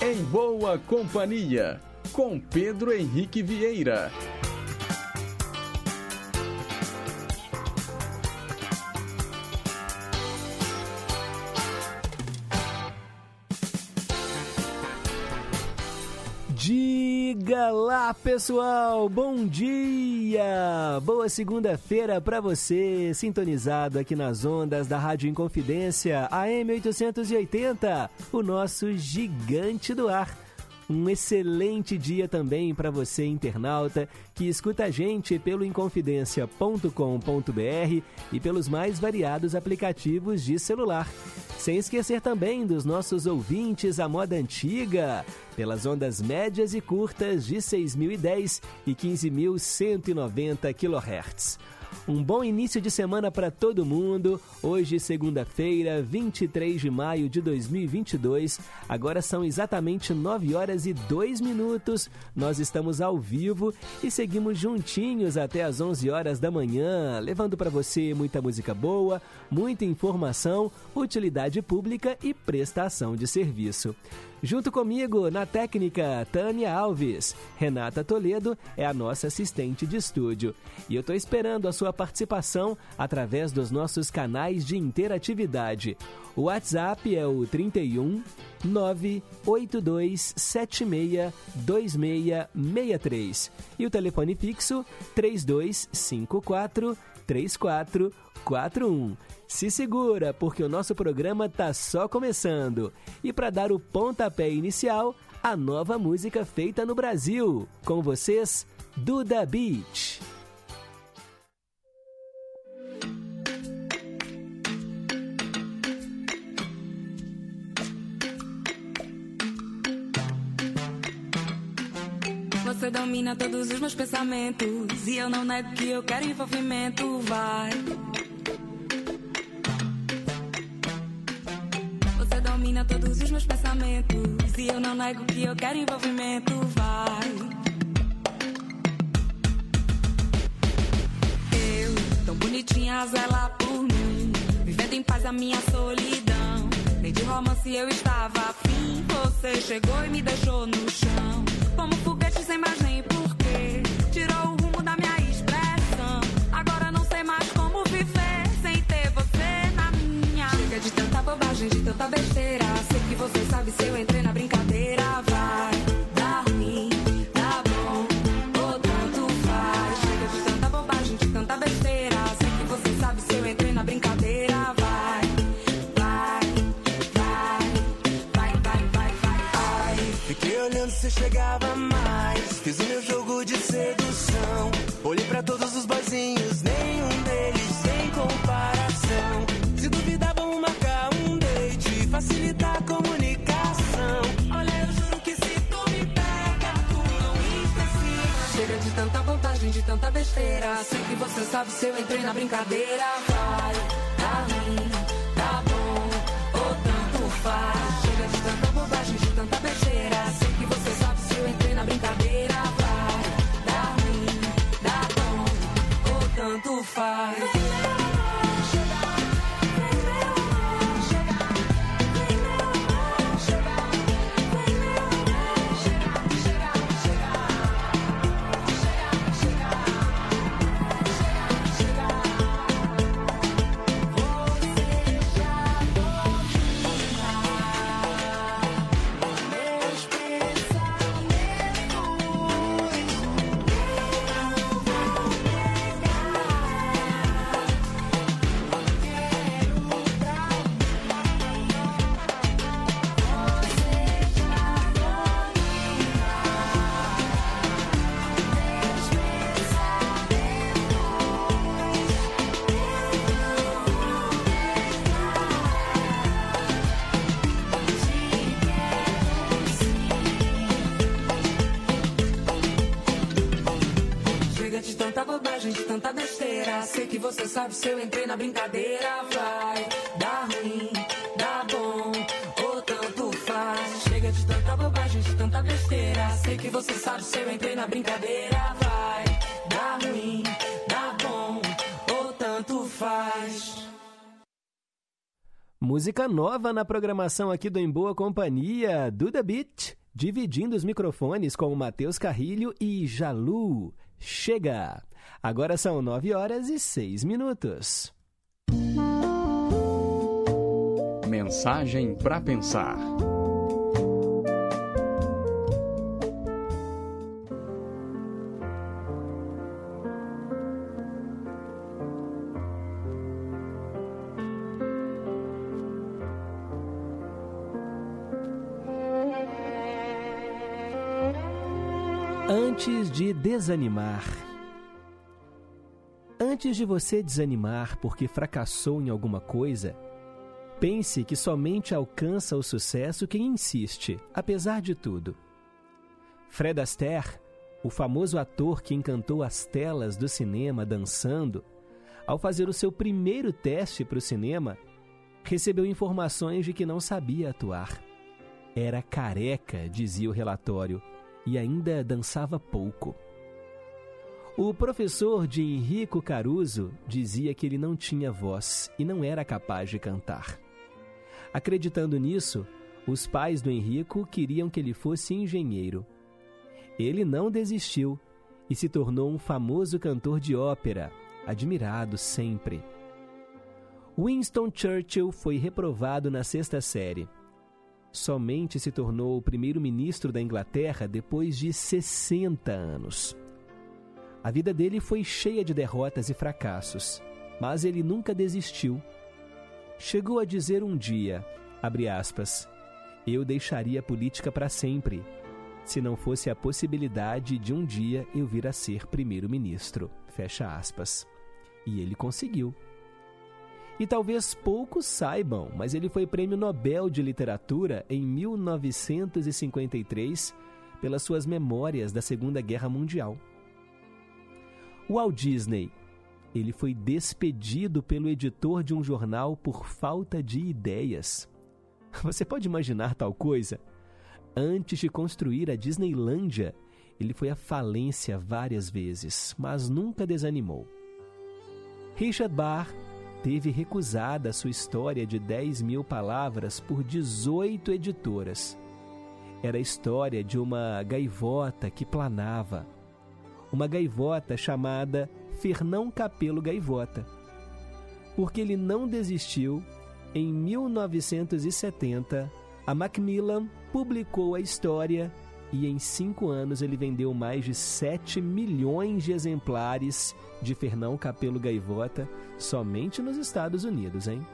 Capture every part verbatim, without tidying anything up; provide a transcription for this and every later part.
Em Boa Companhia, com Pedro Henrique Vieira. Diga lá, pessoal, bom dia! Boa segunda-feira para você, sintonizado aqui nas ondas da Rádio Inconfidência, A M oitocentos e oitenta, o nosso gigante do ar. Um excelente dia também para você, internauta, que escuta a gente pelo inconfidencia ponto com ponto b r e pelos mais variados aplicativos de celular. Sem esquecer também dos nossos ouvintes à moda antiga, pelas ondas médias e curtas de seis mil e dez e quinze mil cento e noventa quilohertz. Um bom início de semana para todo mundo. Hoje, segunda-feira, vinte e três de maio de dois mil e vinte e dois. Agora são exatamente nove horas e dois minutos. Nós estamos ao vivo e seguimos juntinhos até as onze horas da manhã, levando para você muita música boa, muita informação, utilidade pública e prestação de serviço. Junto comigo, na técnica, Tânia Alves. Renata Toledo é a nossa assistente de estúdio. E eu estou esperando a sua participação através dos nossos canais de interatividade. O WhatsApp é o trinta e um, nove oito dois sete seis dois seis seis três. E o telefone fixo, três dois cinco quatro três quatro quatro um. Se segura, porque o nosso programa tá só começando. E para dar o pontapé inicial, a nova música feita no Brasil. Com vocês, Duda Beat. Você domina todos os meus pensamentos e eu não nego que eu quero envolvimento, vai. Você domina todos os meus pensamentos e eu não nego que eu quero envolvimento, vai. Eu, tão bonitinha, zela por mim, vivendo em paz a minha solidão. Nem de romance eu estava afim, você chegou e me deixou no chão. Como foguete sem mais nem porquê, tirou o rumo da minha expressão. Agora não sei mais como viver sem ter você na minha. Chega de tanta bobagem, de tanta besteira. Sei que você sabe se eu entrei na brincadeira. Vai dar ruim, dá bom, ou tanto faz. Chega de tanta bobagem, de tanta besteira. Sei que você sabe se eu entrei na brincadeira. Vai, vai, vai, vai, vai, vai, vai, vai. Fiquei olhando, você chegava mais. Fiz o meu jogo de sedução. Olhei pra todos os boyzinhos, nenhum deles sem comparação. Se duvidar, vamos marcar um date, facilitar a comunicação. Olha, eu juro que se tu me pega, tu não esquece. Chega de tanta bobagem, de tanta besteira. Sei que você sabe se eu entrei na brincadeira. Vai, dá ruim, dá bom, ou tanto faz. Chega de tanta bobagem, de tanta besteira. Sei que você sabe se eu entrei na brincadeira. Vai, dá ruim, dá bom, ou tanto faz. Sei que você sabe se eu entrei na brincadeira. Vai, dá ruim, dá bom, ou tanto faz. Chega de tanta bobagem, de tanta besteira. Sei que você sabe se eu entrei na brincadeira. Vai, dá ruim, dá bom, ou tanto faz. Música nova na programação aqui do Em Boa Companhia, Duda Beat dividindo os microfones com o Matheus Carrilho e Jalu. Chega! Agora são nove horas e seis minutos. Mensagem para pensar. Antes de desanimar. Antes de você desanimar porque fracassou em alguma coisa, pense que somente alcança o sucesso quem insiste, apesar de tudo. Fred Astaire, o famoso ator que encantou as telas do cinema dançando, ao fazer o seu primeiro teste para o cinema, recebeu informações de que não sabia atuar. Era careca, dizia o relatório, e ainda dançava pouco. O professor de Enrico Caruso dizia que ele não tinha voz e não era capaz de cantar. Acreditando nisso, os pais do Enrico queriam que ele fosse engenheiro. Ele não desistiu e se tornou um famoso cantor de ópera, admirado sempre. Winston Churchill foi reprovado na sexta série. Somente se tornou o primeiro-ministro da Inglaterra depois de sessenta anos. A vida dele foi cheia de derrotas e fracassos, mas ele nunca desistiu. Chegou a dizer um dia, abre aspas, eu deixaria a política para sempre, se não fosse a possibilidade de um dia eu vir a ser primeiro-ministro, fecha aspas. E ele conseguiu. E talvez poucos saibam, mas ele foi prêmio Nobel de Literatura em mil novecentos e cinquenta e três pelas suas memórias da Segunda Guerra Mundial. Walt Disney, ele foi despedido pelo editor de um jornal por falta de ideias. Você pode imaginar tal coisa? Antes de construir a Disneylândia, ele foi à falência várias vezes, mas nunca desanimou. Richard Bach teve recusada a sua história de dez mil palavras por dezoito editoras. Era a história de uma gaivota que planava. Uma gaivota chamada Fernão Capelo Gaivota. Porque ele não desistiu, em mil novecentos e setenta, a Macmillan publicou a história e em cinco anos ele vendeu mais de sete milhões de exemplares de Fernão Capelo Gaivota somente nos Estados Unidos, hein?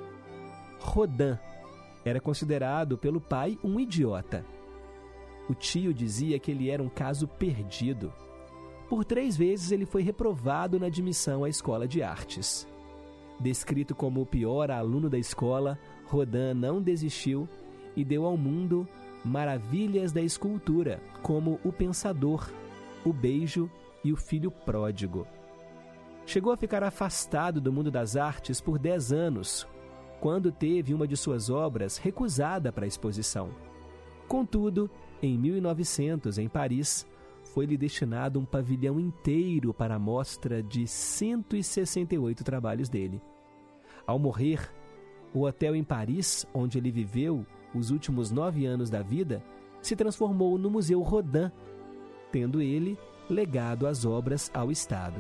Rodin era considerado pelo pai um idiota. O tio dizia que ele era um caso perdido. Por três vezes ele foi reprovado na admissão à escola de artes. Descrito como o pior aluno da escola, Rodin não desistiu e deu ao mundo maravilhas da escultura, como O Pensador, O Beijo e O Filho Pródigo. Chegou a ficar afastado do mundo das artes por dez anos, quando teve uma de suas obras recusada para a exposição. Contudo, em mil e novecentos, em Paris, foi-lhe destinado um pavilhão inteiro para a mostra de cento e sessenta e oito trabalhos dele. Ao morrer, o hotel em Paris, onde ele viveu os últimos nove anos da vida, se transformou no Museu Rodin, tendo ele legado as obras ao Estado.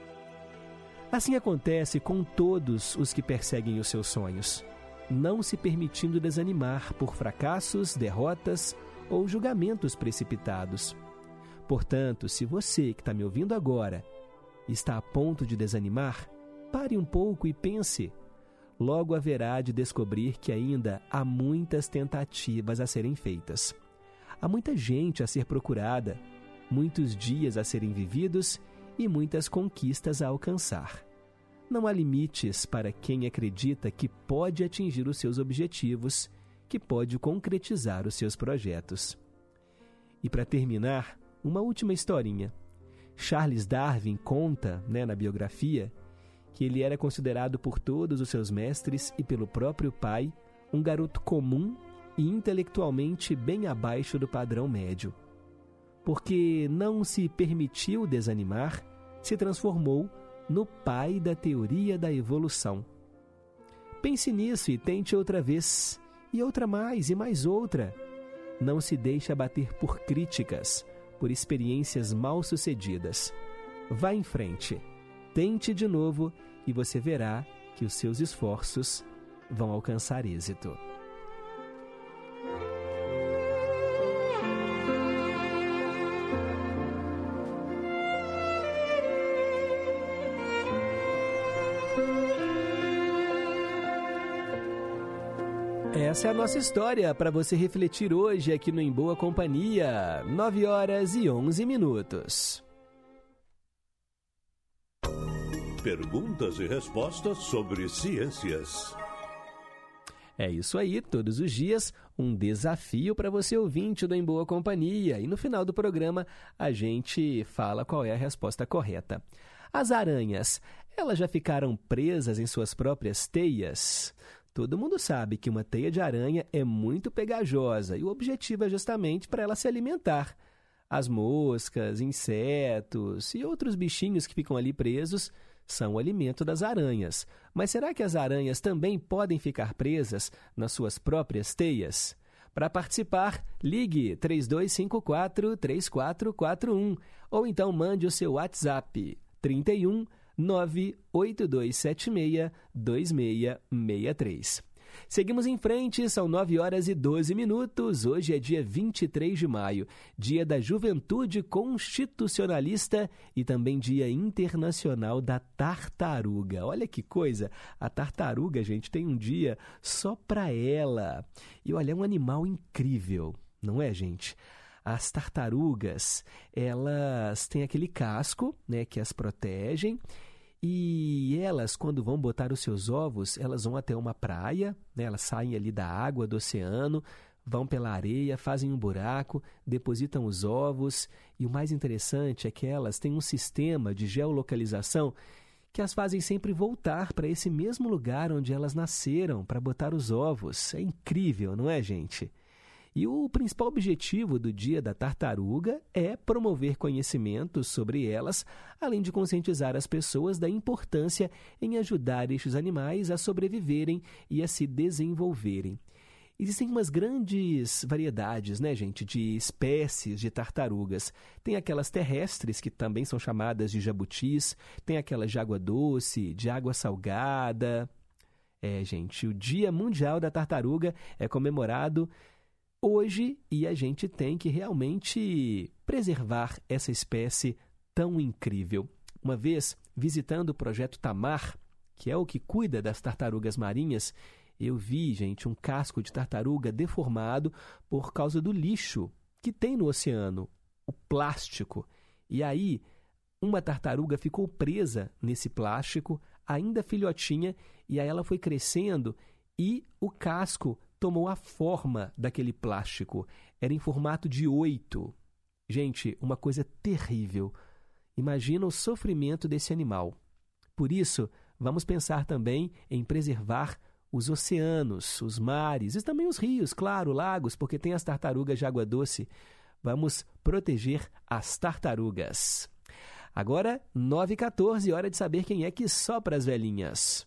Assim acontece com todos os que perseguem os seus sonhos, não se permitindo desanimar por fracassos, derrotas ou julgamentos precipitados. Portanto, se você que está me ouvindo agora está a ponto de desanimar, pare um pouco e pense. Logo haverá de descobrir que ainda há muitas tentativas a serem feitas. Há muita gente a ser procurada, muitos dias a serem vividos e muitas conquistas a alcançar. Não há limites para quem acredita que pode atingir os seus objetivos, que pode concretizar os seus projetos. E para terminar, uma última historinha. Charles Darwin conta, né, na biografia, que ele era considerado por todos os seus mestres e pelo próprio pai um garoto comum e intelectualmente bem abaixo do padrão médio. Porque não se permitiu desanimar, se transformou no pai da teoria da evolução. Pense nisso e tente outra vez, e outra mais, e mais outra. Não se deixe abater por críticas, por experiências mal-sucedidas. Vá em frente, tente de novo e você verá que os seus esforços vão alcançar êxito. Essa é a nossa história para você refletir hoje aqui no Em Boa Companhia, nove horas e onze minutos. Perguntas e respostas sobre ciências. É isso aí, todos os dias um desafio para você ouvinte do Em Boa Companhia. E no final do programa a gente fala qual é a resposta correta. As aranhas, elas já ficaram presas em suas próprias teias? Todo mundo sabe que uma teia de aranha é muito pegajosa e o objetivo é justamente para ela se alimentar. As moscas, insetos e outros bichinhos que ficam ali presos são o alimento das aranhas. Mas será que as aranhas também podem ficar presas nas suas próprias teias? Para participar, ligue três dois cinco quatro, três quatro quatro um ou então mande o seu WhatsApp trinta e um, nove oito dois sete seis, dois seis seis três. Seguimos em frente, são nove horas e doze minutos. Hoje é dia vinte e três de maio, dia da Juventude Constitucionalista e também dia internacional da tartaruga. Olha que coisa, a tartaruga, gente, tem um dia só para ela. E olha, é um animal incrível, não é, gente? As tartarugas, elas têm aquele casco, né, que as protegem. E elas, quando vão botar os seus ovos, elas vão até uma praia, né? Elas saem ali da água do oceano, vão pela areia, fazem um buraco, depositam os ovos. E o mais interessante é que elas têm um sistema de geolocalização que as fazem sempre voltar para esse mesmo lugar onde elas nasceram para botar os ovos. É incrível, não é, gente? E o principal objetivo do Dia da Tartaruga é promover conhecimento sobre elas, além de conscientizar as pessoas da importância em ajudar estes animais a sobreviverem e a se desenvolverem. Existem umas grandes variedades, né, gente, de espécies de tartarugas. Tem aquelas terrestres, que também são chamadas de jabutis, tem aquelas de água doce, de água salgada. É, gente, o Dia Mundial da Tartaruga é comemorado hoje e a gente tem que realmente preservar essa espécie tão incrível. Uma vez, visitando o Projeto Tamar, que é o que cuida das tartarugas marinhas, eu vi, gente, um casco de tartaruga deformado por causa do lixo que tem no oceano, o plástico. E aí, uma tartaruga ficou presa nesse plástico, ainda filhotinha, e aí ela foi crescendo e o casco tomou a forma daquele plástico. Era em formato de oito. Gente, uma coisa terrível. Imagina o sofrimento desse animal. Por isso, vamos pensar também em preservar os oceanos, os mares e também os rios, claro, lagos, porque tem as tartarugas de água doce. Vamos proteger as tartarugas. Agora, nove e quatorze, hora de saber quem é que sopra as velhinhas.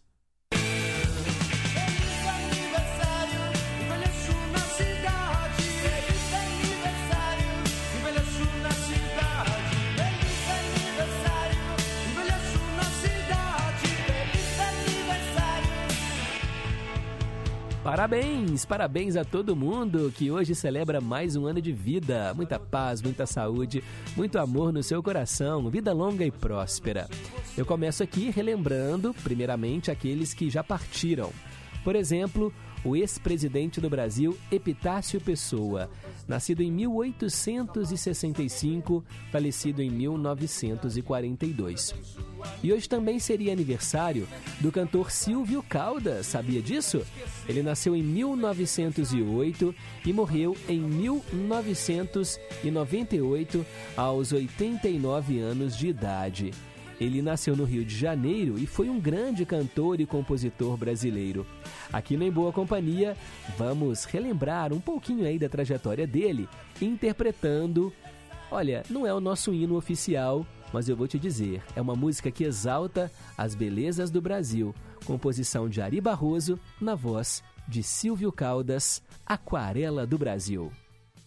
Parabéns, parabéns a todo mundo que hoje celebra mais um ano de vida. Muita paz, muita saúde, muito amor no seu coração, vida longa e próspera. Eu começo aqui relembrando, primeiramente, aqueles que já partiram. Por exemplo, o ex-presidente do Brasil, Epitácio Pessoa, nascido em mil oitocentos e sessenta e cinco, falecido em mil novecentos e quarenta e dois. E hoje também seria aniversário do cantor Silvio Caldas, sabia disso? Ele nasceu em mil novecentos e oito e morreu em mil novecentos e noventa e oito, aos oitenta e nove anos de idade. Ele nasceu no Rio de Janeiro e foi um grande cantor e compositor brasileiro. Aqui no Em Boa Companhia, vamos relembrar um pouquinho aí da trajetória dele, interpretando... Olha, não é o nosso hino oficial, mas eu vou te dizer, é uma música que exalta as belezas do Brasil. Composição de Ari Barroso, na voz de Silvio Caldas, Aquarela do Brasil.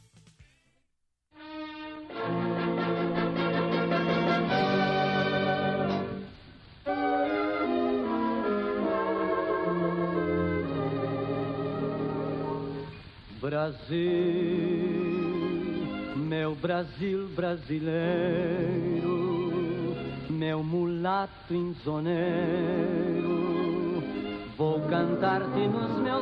Brasil, meu Brasil brasileiro, meu mulato insoneiro, vou cantar-te nos meus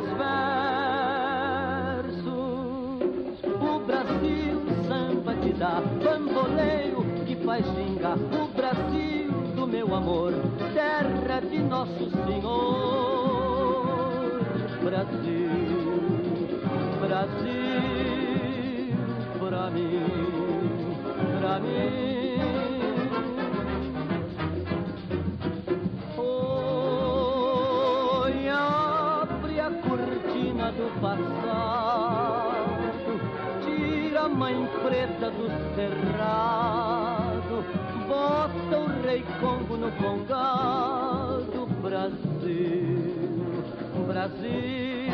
versos. O Brasil samba te dá, bamboleio que faz gingar. O Brasil do meu amor, terra de Nosso Senhor. Brasil, Brasil, pra mim, pra mim. Oi, abre a cortina do passado, tira a mãe preta do cerrado, bota o rei Congo no congado. Brasil, Brasil,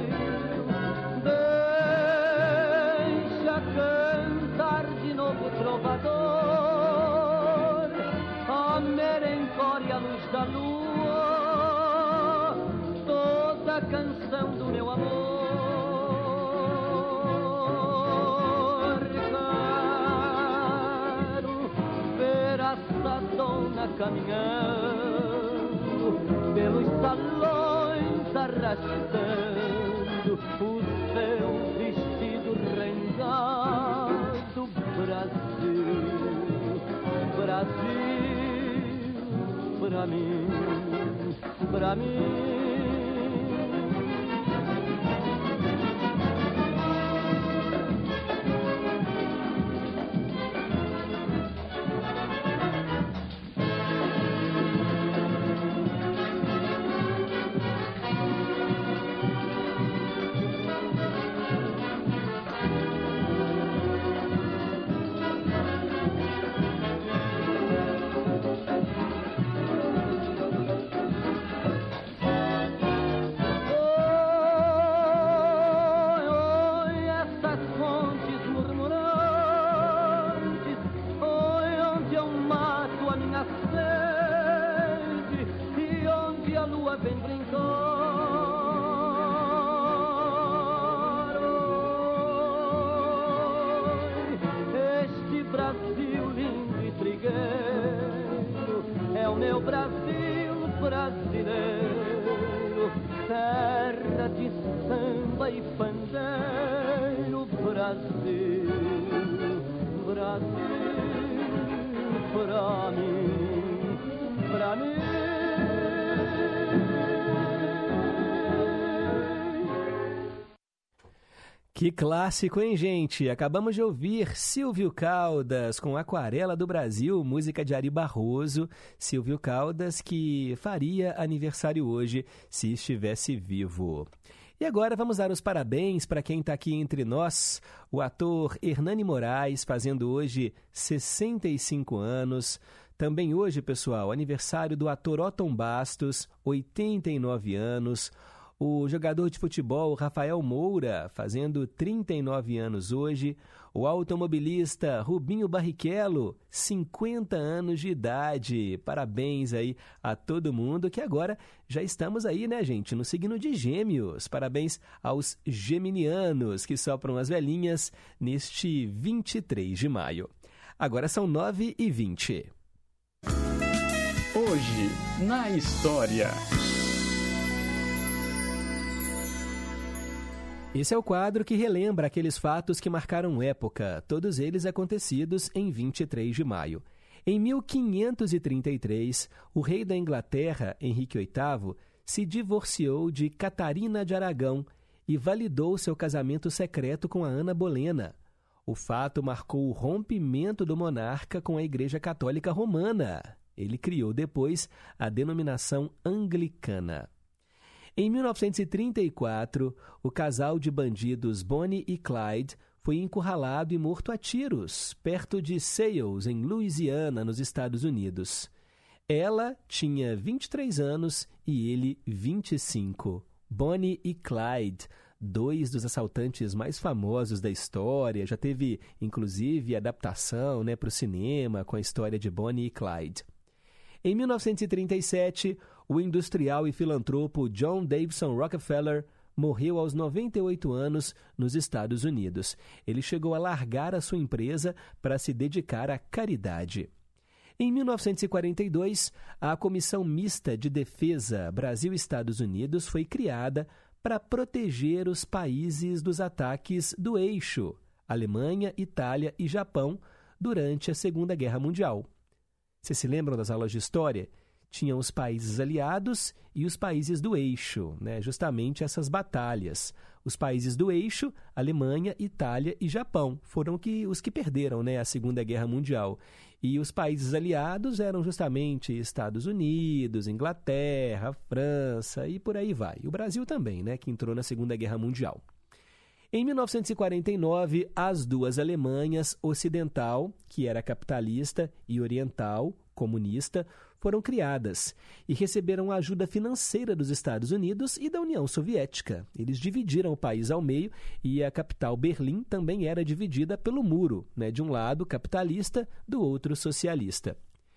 deixa cantar de novo o trovador, a merencória, a luz da lua, toda a canção do meu amor. Quero ver a Sadona caminhando pelos salões, arrastando o seu vestido rengado. Brasil, Brasil, pra mim, pra mim. Que clássico, hein, gente? Acabamos de ouvir Silvio Caldas com Aquarela do Brasil, música de Ari Barroso. Silvio Caldas que faria aniversário hoje se estivesse vivo. E agora vamos dar os parabéns para quem está aqui entre nós, o ator Hernani Moraes, fazendo hoje sessenta e cinco anos. Também hoje, pessoal, aniversário do ator Otton Bastos, oitenta e nove anos. O jogador de futebol Rafael Moura, fazendo trinta e nove anos hoje. O automobilista Rubinho Barrichello, cinquenta anos de idade. Parabéns aí a todo mundo, que agora já estamos aí, né, gente, no signo de Gêmeos. Parabéns aos geminianos que sopram as velhinhas neste vinte e três de maio. Agora são nove e vinte. Hoje, na história... Esse é o quadro que relembra aqueles fatos que marcaram época, todos eles acontecidos em vinte e três de maio. Em mil quinhentos e trinta e três, o rei da Inglaterra, Henrique oitavo, se divorciou de Catarina de Aragão e validou seu casamento secreto com a Ana Bolena. O fato marcou o rompimento do monarca com a Igreja Católica Romana. Ele criou depois a denominação anglicana. Em mil novecentos e trinta e quatro, o casal de bandidos Bonnie e Clyde foi encurralado e morto a tiros, perto de Sales, em Louisiana, nos Estados Unidos. Ela tinha vinte e três anos e ele vinte e cinco. Bonnie e Clyde, dois dos assaltantes mais famosos da história, já teve, inclusive, adaptação, né, para o cinema com a história de Bonnie e Clyde. Em mil novecentos e trinta e sete, o industrial e filantropo John Davison Rockefeller morreu aos noventa e oito anos nos Estados Unidos. Ele chegou a largar a sua empresa para se dedicar à caridade. Em mil novecentos e quarenta e dois, a Comissão Mista de Defesa Brasil-Estados Unidos foi criada para proteger os países dos ataques do eixo, Alemanha, Itália e Japão, durante a Segunda Guerra Mundial. Vocês se lembram das aulas de história? Tinham os países aliados e os países do eixo, né? Justamente essas batalhas. Os países do eixo, Alemanha, Itália e Japão, foram que, os que perderam, né, a Segunda Guerra Mundial. E os países aliados eram justamente Estados Unidos, Inglaterra, França e por aí vai. E o Brasil também, né, que entrou na Segunda Guerra Mundial. Em mil novecentos e quarenta e nove, as duas Alemanhas, ocidental, que era capitalista, e oriental, comunista, foram criadas e receberam a ajuda financeira dos Estados Unidos e da União Soviética. Eles dividiram o país ao meio e a capital, Berlim, também era dividida pelo muro, né, de um lado capitalista, do outro socialista.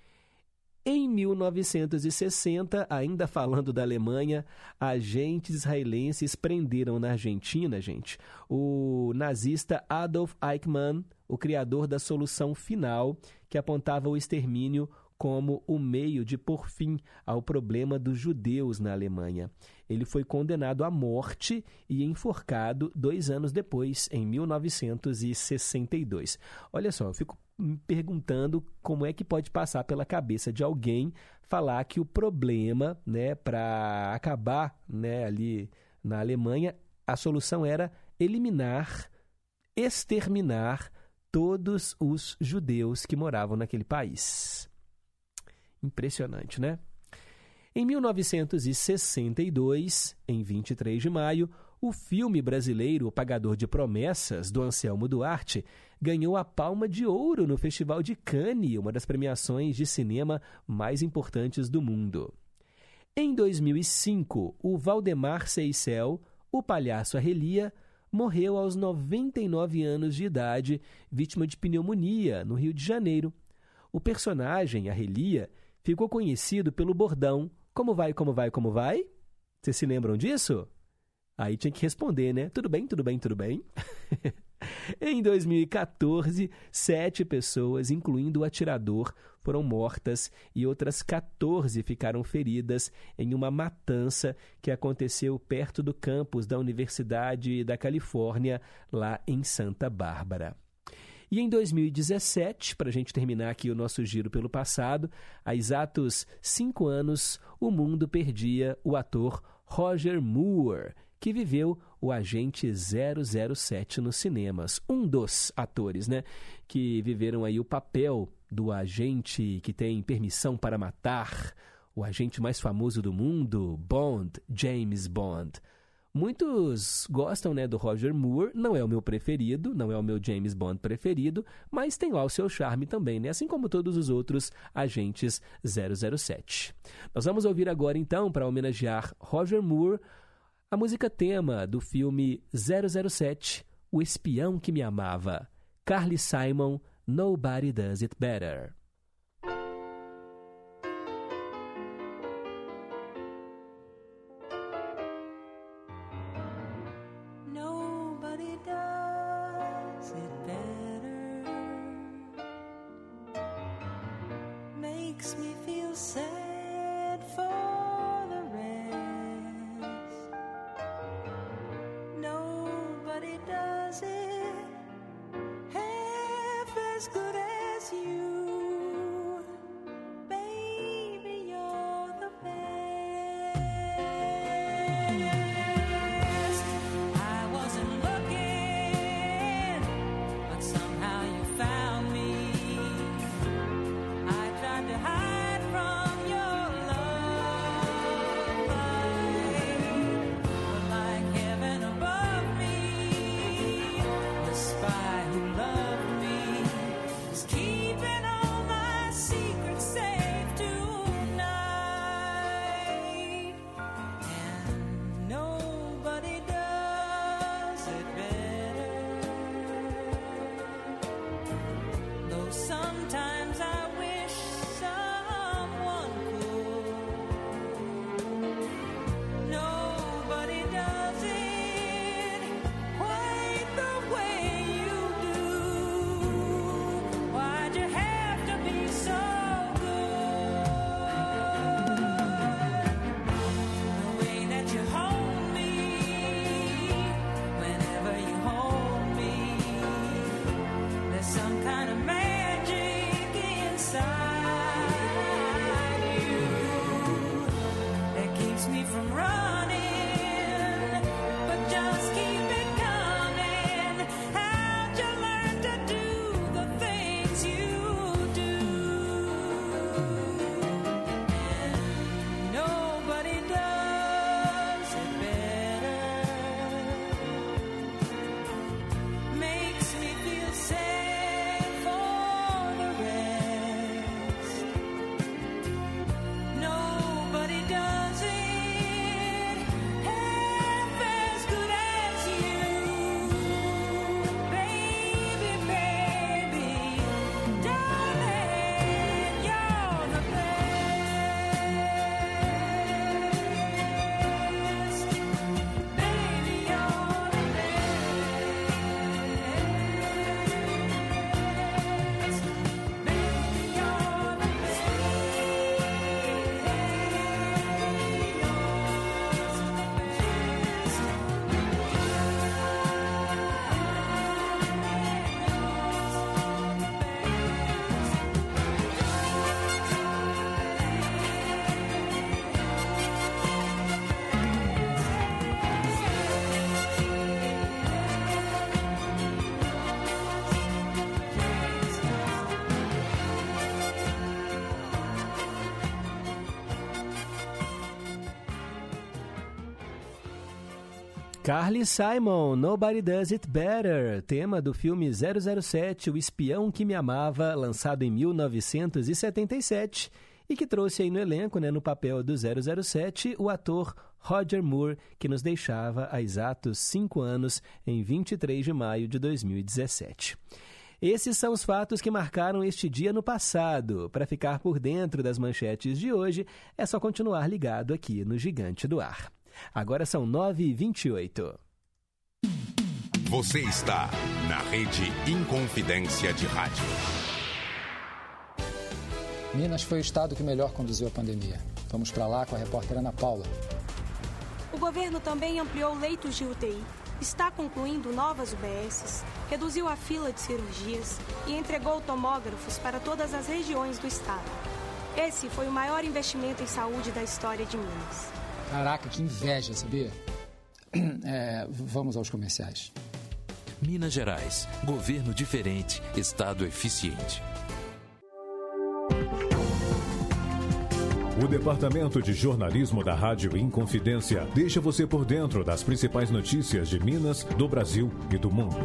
Em mil novecentos e sessenta, ainda falando da Alemanha, agentes israelenses prenderam na Argentina, gente, o nazista Adolf Eichmann, o criador da solução final, que apontava o extermínio como o meio de pôr fim ao problema dos judeus na Alemanha. Ele foi condenado à morte e enforcado dois anos depois, em mil novecentos e sessenta e dois. Olha só, eu fico me perguntando como é que pode passar pela cabeça de alguém falar que o problema, né, para acabar, né, ali na Alemanha, a solução era eliminar, exterminar todos os judeus que moravam naquele país. Impressionante, né? Em mil novecentos e sessenta e dois, em vinte e três de maio, o filme brasileiro O Pagador de Promessas, do Anselmo Duarte, ganhou a Palma de Ouro no Festival de Cannes, uma das premiações de cinema mais importantes do mundo. Em dois mil e cinco, o Valdemar Seyssel, o palhaço Arrelia, morreu aos noventa e nove anos de idade, vítima de pneumonia, no Rio de Janeiro. O personagem, Arrelia, ficou conhecido pelo bordão "Como vai, como vai, como vai?" Vocês se lembram disso? Aí tinha que responder, né? Tudo bem, tudo bem, tudo bem. Em dois mil e quatorze, sete pessoas, incluindo o atirador, foram mortas e outras quatorze ficaram feridas em uma matança que aconteceu perto do campus da Universidade da Califórnia, lá em Santa Bárbara. E em dois mil e dezessete, para a gente terminar aqui o nosso giro pelo passado, há exatos cinco anos, o mundo perdia o ator Roger Moore, que viveu o Agente zero zero sete nos cinemas. Um dos atores, né, que viveram aí o papel do agente que tem permissão para matar, o agente mais famoso do mundo, Bond, James Bond. Muitos gostam, né, do Roger Moore, não é o meu preferido, não é o meu James Bond preferido, mas tem lá o seu charme também, né? Assim como todos os outros agentes zero zero sete. Nós vamos ouvir agora, então, para homenagear Roger Moore, a música tema do filme zero zero sete, O Espião que Me Amava, Carly Simon, Nobody Does It Better. Carly Simon, Nobody Does It Better, tema do filme zero zero sete, O Espião que Me Amava, lançado em mil novecentos e setenta e sete, e que trouxe aí no elenco, né, no papel do zero zero sete, o ator Roger Moore, que nos deixava há exatos cinco anos, em vinte e três de maio de dois mil e dezessete. Esses são os fatos que marcaram este dia no passado. Para ficar por dentro das manchetes de hoje, é só continuar ligado aqui no Gigante do Ar. Agora são nove e vinte e oito. Você está na Rede Inconfidência de Rádio. Minas foi o estado que melhor conduziu a pandemia. Vamos para lá com a repórter Ana Paula. O governo também ampliou leitos de U T I, está concluindo novas U B Ss, reduziu a fila de cirurgias e entregou tomógrafos para todas as regiões do estado. Esse foi o maior investimento em saúde da história de Minas. Caraca, que inveja, sabia? É, vamos aos comerciais. Minas Gerais, governo diferente, estado eficiente. O Departamento de Jornalismo da Rádio Inconfidência deixa você por dentro das principais notícias de Minas, do Brasil e do mundo.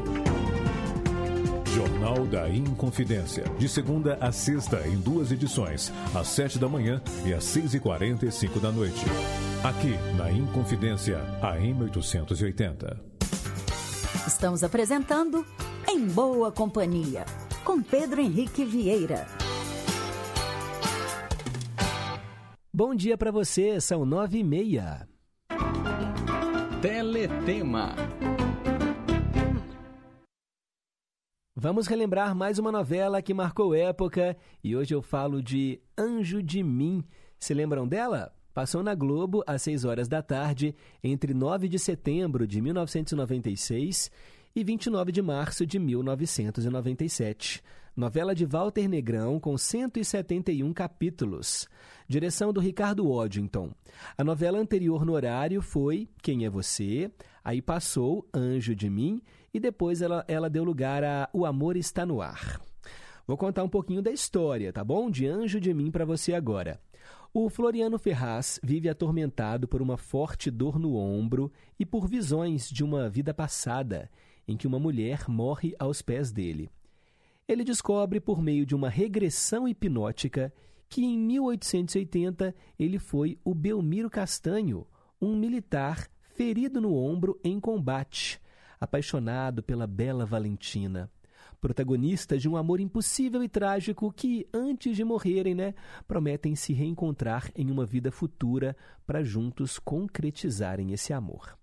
Jornal da Inconfidência, de segunda a sexta em duas edições, às sete da manhã e às seis e quarenta e cinco da noite. Aqui na Inconfidência, A M oitocentos e oitenta. Estamos apresentando Em Boa Companhia, com Pedro Henrique Vieira. Bom dia para você, são nove e meia. Teletema. Vamos relembrar mais uma novela que marcou época e hoje eu falo de Anjo de Mim. Se lembram dela? Passou na Globo às seis horas da tarde, entre nove de setembro de mil novecentos e noventa e seis e vinte e nove de março de mil novecentos e noventa e sete. Novela de Walter Negrão com cento e setenta e um capítulos. Direção do Ricardo Waddington. A novela anterior no horário foi Quem é Você? Aí passou Anjo de Mim e depois ela, ela deu lugar a O Amor Está no Ar. Vou contar um pouquinho da história, tá bom? De Anjo de Mim para você agora. O Floriano Ferraz vive atormentado por uma forte dor no ombro e por visões de uma vida passada, em que uma mulher morre aos pés dele. Ele descobre, por meio de uma regressão hipnótica, que em mil oitocentos e oitenta ele foi o Belmiro Castanho, um militar ferido no ombro em combate, apaixonado pela bela Valentina, protagonista de um amor impossível e trágico que, antes de morrerem, né, prometem se reencontrar em uma vida futura para juntos concretizarem esse amor.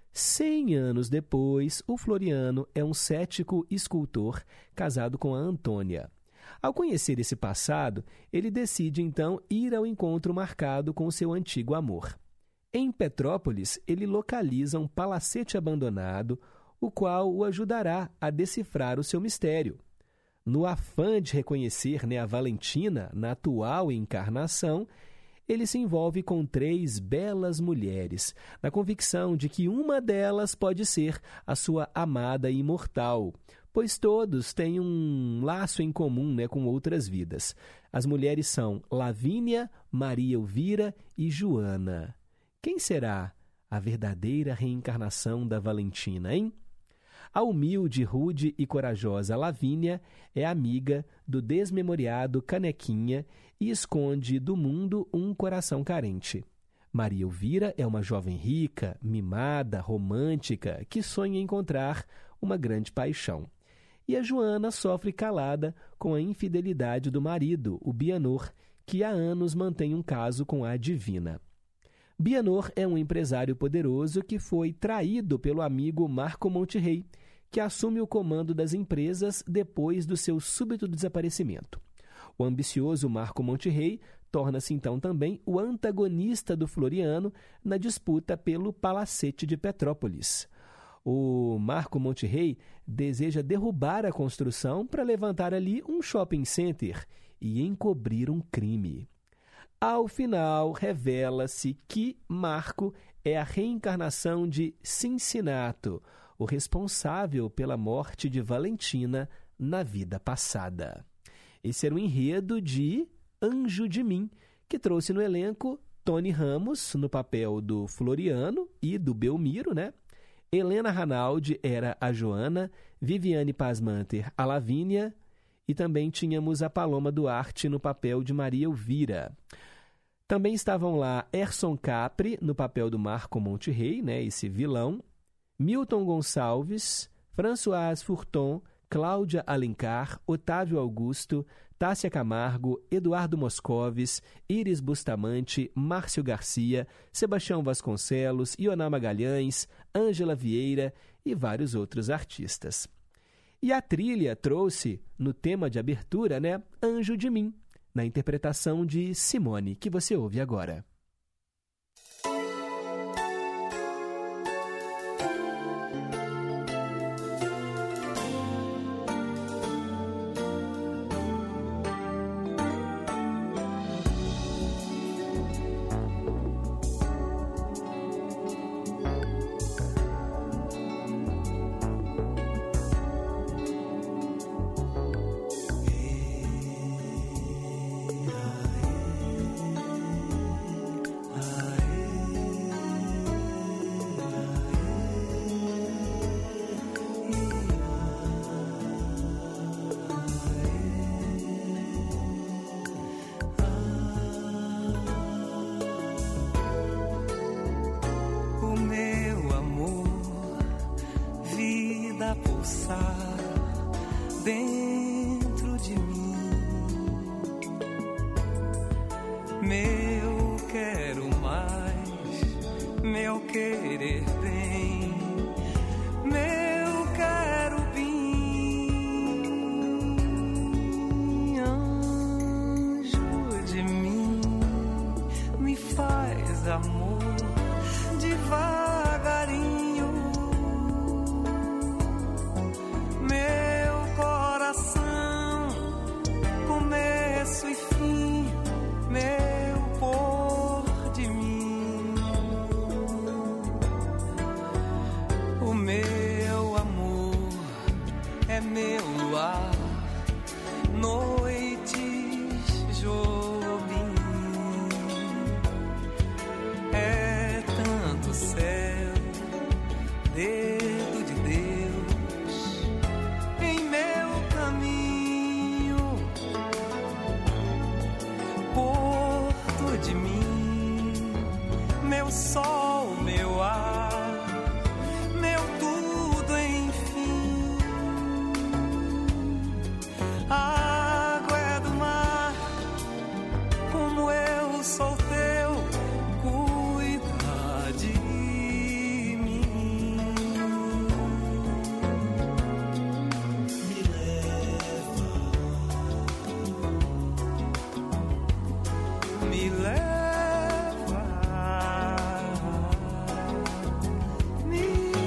Cem anos depois, o Floriano é um cético escultor casado com a Antônia. Ao conhecer esse passado, ele decide então ir ao encontro marcado com seu antigo amor. Em Petrópolis, ele localiza um palacete abandonado, o qual o ajudará a decifrar o seu mistério. No afã de reconhecer, né, a Valentina na atual encarnação, ele se envolve com três belas mulheres, na convicção de que uma delas pode ser a sua amada imortal, pois todos têm um laço em comum, né, com outras vidas. As mulheres são Lavínia, Maria Elvira e Joana. Quem será a verdadeira reencarnação da Valentina, hein? A humilde, rude e corajosa Lavínia é amiga do desmemoriado Canequinha e esconde do mundo um coração carente. Maria Elvira é uma jovem rica, mimada, romântica, que sonha encontrar uma grande paixão. E a Joana sofre calada com a infidelidade do marido, o Bianor, que há anos mantém um caso com a Divina. Bianor é um empresário poderoso que foi traído pelo amigo Marco Monterrey, que assume o comando das empresas depois do seu súbito desaparecimento. O ambicioso Marco Monterrey torna-se então também o antagonista do Floriano na disputa pelo Palacete de Petrópolis. O Marco Monterrey deseja derrubar a construção para levantar ali um shopping center e encobrir um crime. Ao final, revela-se que Marco é a reencarnação de Cincinato, o responsável pela morte de Valentina na vida passada. Esse era o enredo de Anjo de Mim, que trouxe no elenco Tony Ramos, no papel do Floriano e do Belmiro, né? Helena Ranaldi era a Joana, Viviane Pasmanter a Lavínia e também tínhamos a Paloma Duarte no papel de Maria Elvira. Também estavam lá Erson Capri no papel do Marco Monterrey, né, esse vilão, Milton Gonçalves, Françoise Furton, Cláudia Alencar, Otávio Augusto, Tássia Camargo, Eduardo Moscovis, Iris Bustamante, Márcio Garcia, Sebastião Vasconcelos, Ioná Magalhães, Ângela Vieira e vários outros artistas. E a trilha trouxe, no tema de abertura, né, Anjo de Mim, na interpretação de Simone, que você ouve agora. Dentro de mim, meu quero mais, meu querer bem, meu quero bem, anjo de mim, me faz amor devagarinho. Começo e fim, meu pôr de mim, o meu amor é meu luar, noites Jobim, é tanto céu, dedo de Deus em meu caminho. Porto de mim, meu sol, meu ar, meu tudo, enfim. A água é do mar, como eu sou teu, cuida de mim. Me leva, me leva, me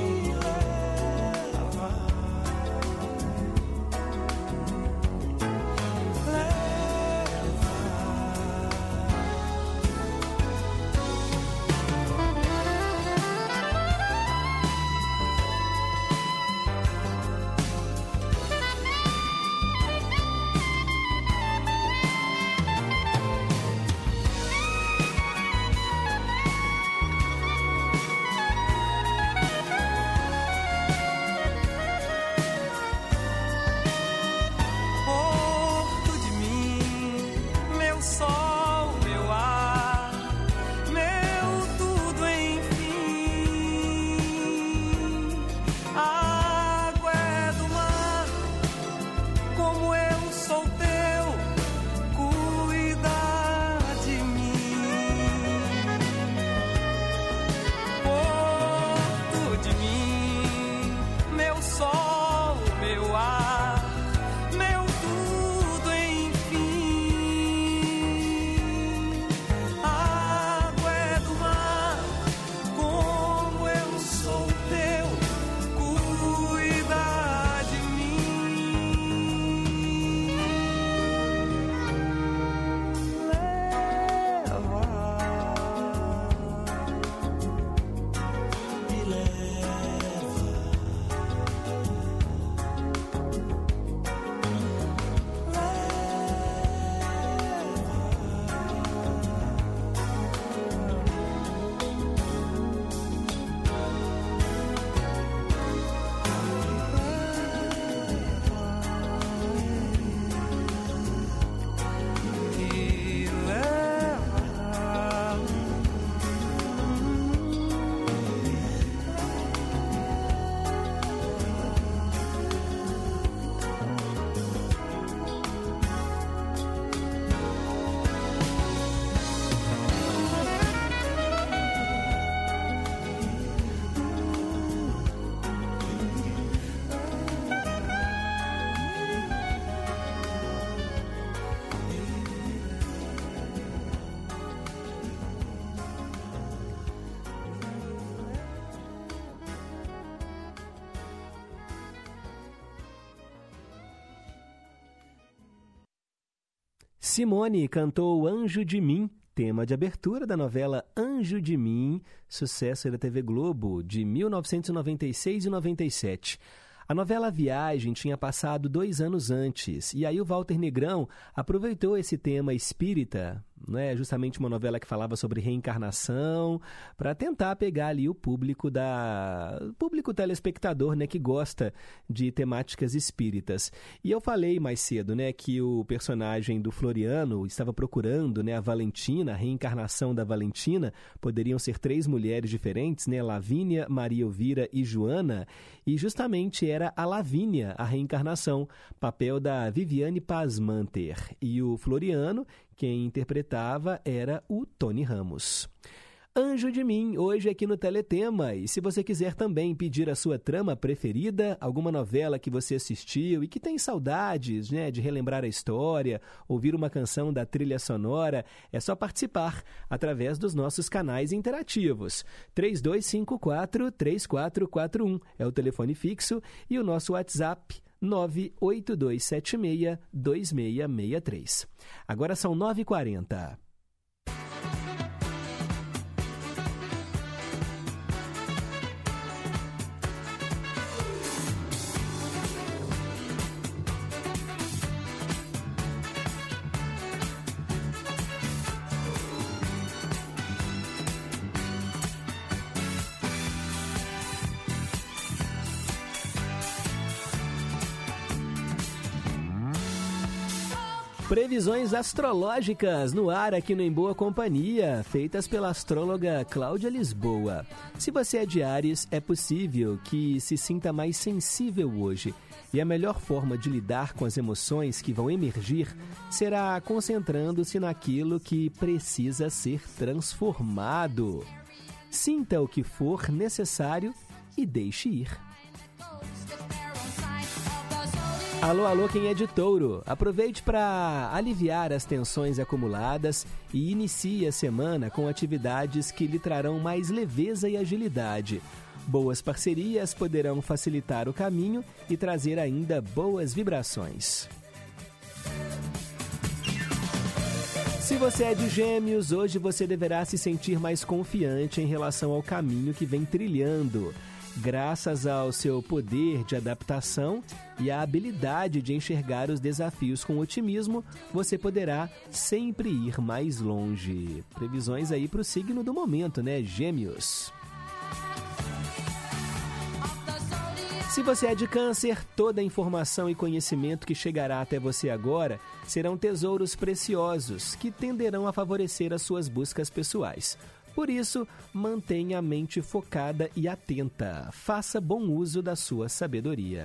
leva, Simone cantou Anjo de Mim, tema de abertura da novela Anjo de Mim, sucesso da T V Globo de mil novecentos e noventa e seis e noventa e sete. A novela Viagem tinha passado dois anos antes, e aí o Walter Negrão aproveitou esse tema espírita, né, justamente uma novela que falava sobre reencarnação, para tentar pegar ali o público da o público telespectador, né, que gosta de temáticas espíritas. E eu falei mais cedo, né, que o personagem do Floriano estava procurando, né, a Valentina, a reencarnação da Valentina. Poderiam ser três mulheres diferentes, né, Lavínia, Maria Elvira e Joana, e justamente era a Lavínia, a reencarnação, papel da Viviane Pasmanter. E o Floriano, quem interpretava, era o Tony Ramos. Anjo de Mim, hoje aqui no Teletema. E se você quiser também pedir a sua trama preferida, alguma novela que você assistiu e que tem saudades, né, de relembrar a história, ouvir uma canção da trilha sonora, é só participar através dos nossos canais interativos. três dois cinco quatro, três quatro quatro um é o telefone fixo e o nosso WhatsApp nove oito dois sete seis, dois seis seis três. Agora são nove e quarenta. Previsões astrológicas no ar aqui no Em Boa Companhia, feitas pela astróloga Cláudia Lisboa. Se você é de Áries, é possível que se sinta mais sensível hoje. E a melhor forma de lidar com as emoções que vão emergir será concentrando-se naquilo que precisa ser transformado. Sinta o que for necessário e deixe ir. Alô, alô, quem é de Touro? Aproveite para aliviar as tensões acumuladas e inicie a semana com atividades que lhe trarão mais leveza e agilidade. Boas parcerias poderão facilitar o caminho e trazer ainda boas vibrações. Se você é de Gêmeos, hoje você deverá se sentir mais confiante em relação ao caminho que vem trilhando. Graças ao seu poder de adaptação e à habilidade de enxergar os desafios com otimismo, você poderá sempre ir mais longe. Previsões aí para o signo do momento, né, Gêmeos? Se você é de Câncer, toda a informação e conhecimento que chegará até você agora serão tesouros preciosos que tenderão a favorecer as suas buscas pessoais. Por isso, mantenha a mente focada e atenta. Faça bom uso da sua sabedoria.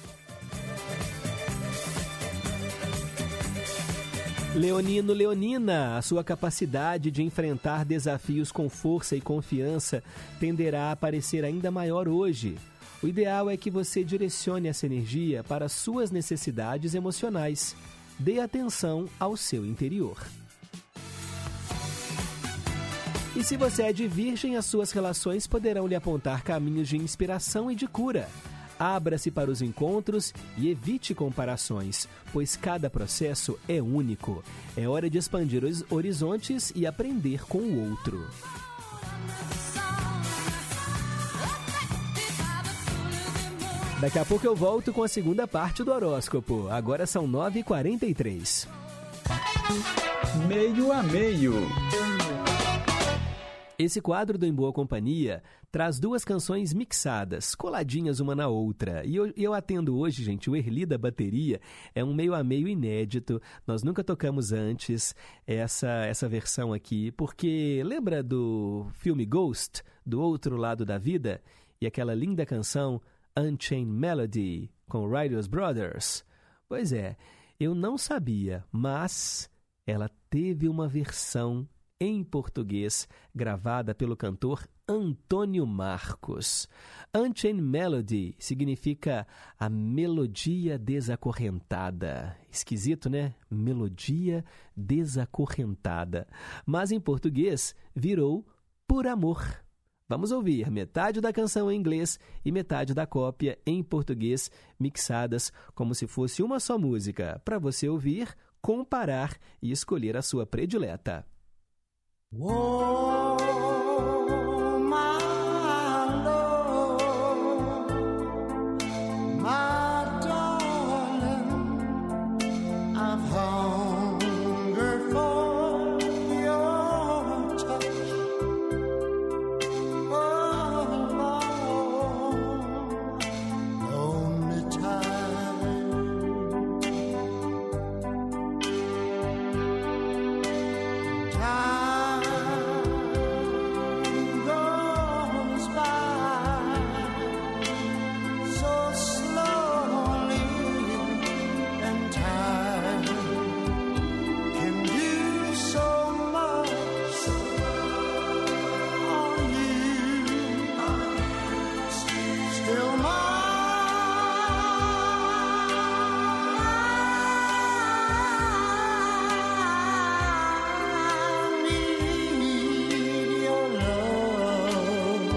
Leonino, Leonina, a sua capacidade de enfrentar desafios com força e confiança tenderá a parecer ainda maior hoje. O ideal é que você direcione essa energia para suas necessidades emocionais. Dê atenção ao seu interior. E se você é de Virgem, as suas relações poderão lhe apontar caminhos de inspiração e de cura. Abra-se para os encontros e evite comparações, pois cada processo é único. É hora de expandir os horizontes e aprender com o outro. Daqui a pouco eu volto com a segunda parte do horóscopo. Agora são nove e quarenta e três. Meio a meio. Esse quadro do Em Boa Companhia traz duas canções mixadas, coladinhas uma na outra. E eu, eu atendo hoje, gente, o Erli da bateria. É um meio a meio inédito. Nós nunca tocamos antes essa, essa versão aqui, porque lembra do filme Ghost, Do Outro Lado da Vida? E aquela linda canção Unchained Melody, com Riders Brothers? Pois é, eu não sabia, mas ela teve uma versão em português, gravada pelo cantor Antônio Marcos. Unchained Melody significa a melodia desacorrentada. Esquisito, né? Melodia desacorrentada. Mas em português virou Por Amor. Vamos ouvir metade da canção em inglês e metade da cópia em português, mixadas como se fosse uma só música, para você ouvir comparar e escolher a sua predileta. Oh, my love, my darling, I've hungered for your touch. Oh, Lord, lonely time. Time goes by so slowly, and time can do so much. Are you still mine? I need your love.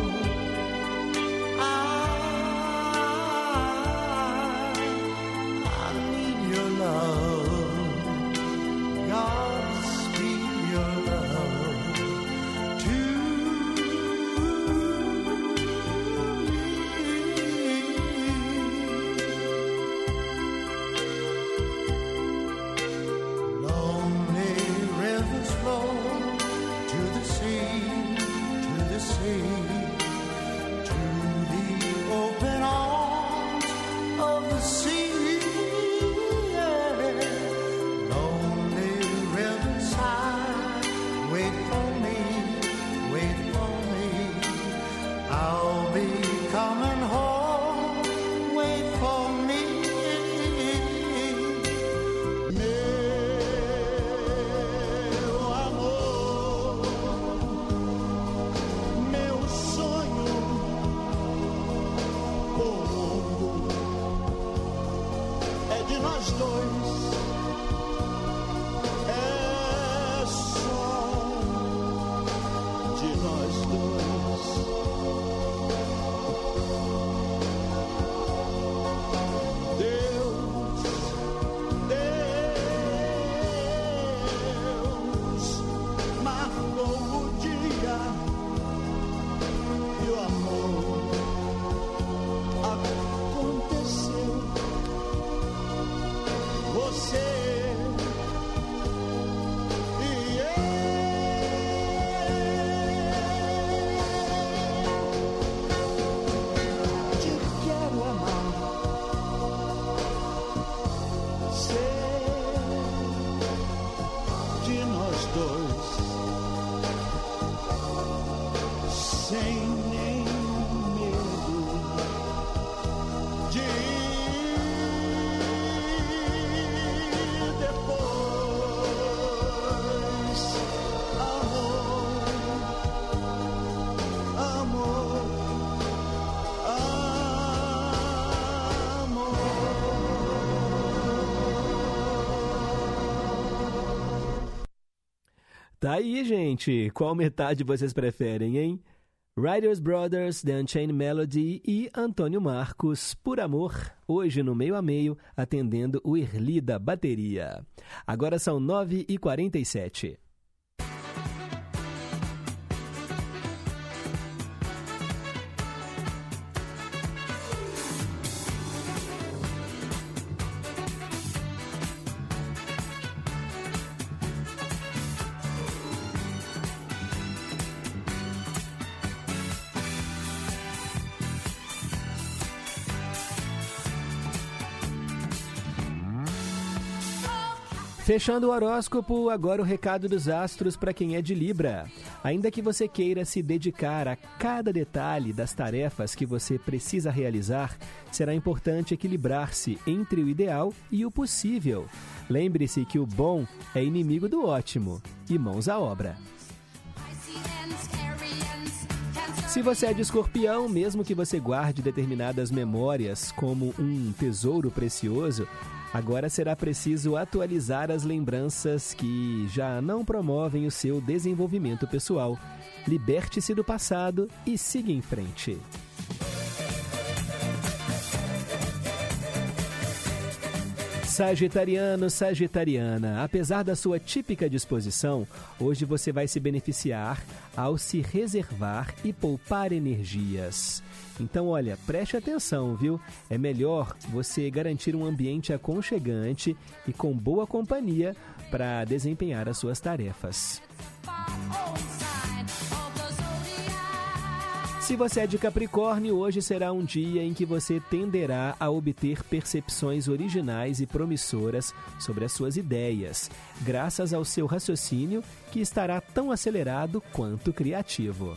I, I need your love. Godspeed your love to me. Lonely rivers flow to the sea, to the sea, to the open arms of the sea. Yeah. Lonely riverside, wait for me, wait for me. I'll be coming home, wait for me. Meu amor, meu sonho, o mundo é de nós dois, é só de nós dois. Deus, Deus marcou o dia e o amor aconteceu. Você e eu te quero amar, ser de nós dois, sem nenhum medo de depois. Amor, amor, Tá aí, gente. Qual metade vocês preferem, hein? Riders Brothers, The Unchained Melody e Antônio Marcos, Por Amor, hoje no Meio a Meio, atendendo o Erli da bateria. Agora são nove e quarenta e sete. Fechando o horóscopo, agora o recado dos astros para quem é de Libra. Ainda que você queira se dedicar a cada detalhe das tarefas que você precisa realizar, será importante equilibrar-se entre o ideal e o possível. Lembre-se que o bom é inimigo do ótimo e mãos à obra. Se você é de Escorpião, mesmo que você guarde determinadas memórias como um tesouro precioso, agora será preciso atualizar as lembranças que já não promovem o seu desenvolvimento pessoal. Liberte-se do passado e siga em frente. Sagitariano, Sagitariana, apesar da sua típica disposição, hoje você vai se beneficiar ao se reservar e poupar energias. Então, olha, preste atenção, viu? É melhor você garantir um ambiente aconchegante e com boa companhia para desempenhar as suas tarefas. Se você é de Capricórnio, hoje será um dia em que você tenderá a obter percepções originais e promissoras sobre as suas ideias, graças ao seu raciocínio que estará tão acelerado quanto criativo.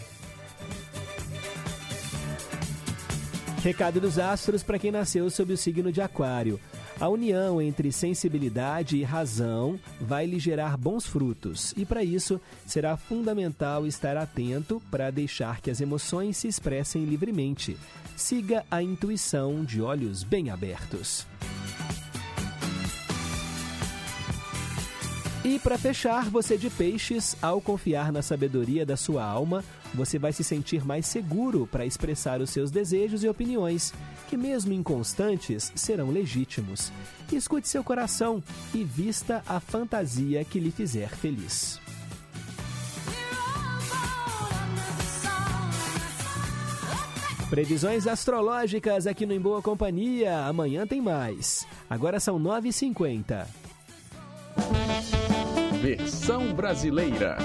Recado dos astros para quem nasceu sob o signo de Aquário. A união entre sensibilidade e razão vai lhe gerar bons frutos e, para isso, será fundamental estar atento para deixar que as emoções se expressem livremente. Siga a intuição de olhos bem abertos. E para fechar, você de Peixes, ao confiar na sabedoria da sua alma, você vai se sentir mais seguro para expressar os seus desejos e opiniões, que mesmo inconstantes, serão legítimos. Escute seu coração e vista a fantasia que lhe fizer feliz. Previsões astrológicas aqui no Em Boa Companhia. Amanhã tem mais. Agora são nove e cinquenta. Versão brasileira.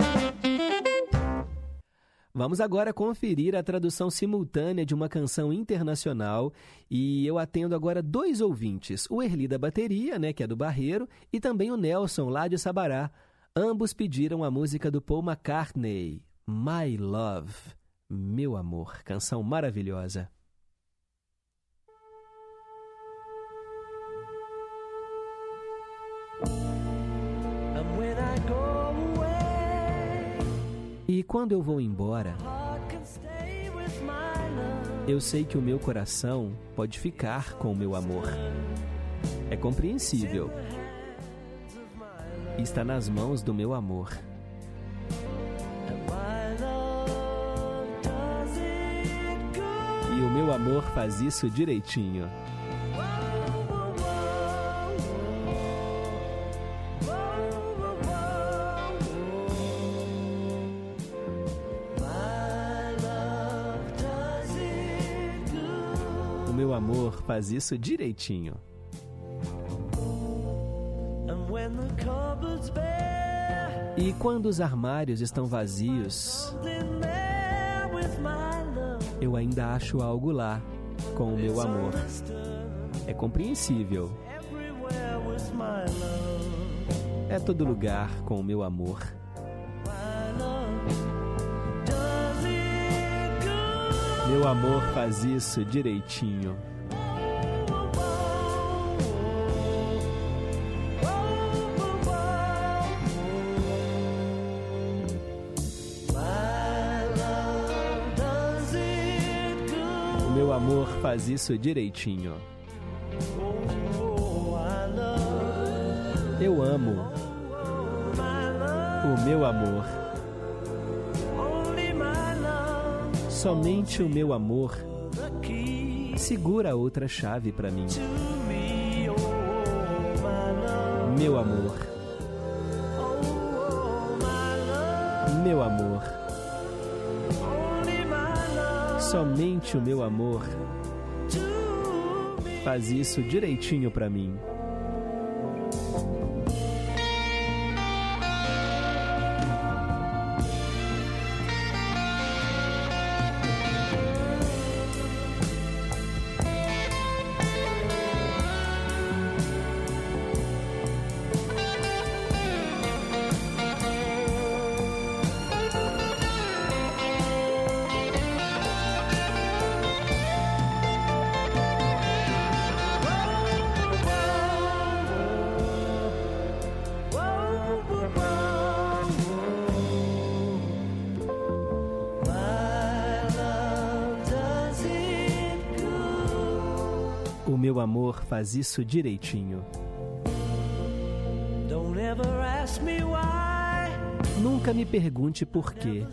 Vamos agora conferir a tradução simultânea de uma canção internacional e eu atendo agora dois ouvintes, o Erli da bateria, né, que é do Barreiro, e também o Nelson, lá de Sabará. Ambos pediram a música do Paul McCartney, My Love, Meu Amor, canção maravilhosa. E quando eu vou embora, eu sei que o meu coração pode ficar com o meu amor. É compreensível. Está nas mãos do meu amor. E o meu amor faz isso direitinho. O meu amor faz isso direitinho. E quando os armários estão vazios, eu ainda acho algo lá com o meu amor. É compreensível. É todo lugar com o meu amor. Meu amor faz isso direitinho. O meu amor faz isso direitinho. Eu amo o meu amor. Somente o meu amor segura outra chave para mim. Meu amor. Meu amor. Somente o meu amor faz isso direitinho para mim. O meu amor faz isso direitinho. Nunca me pergunte por quê.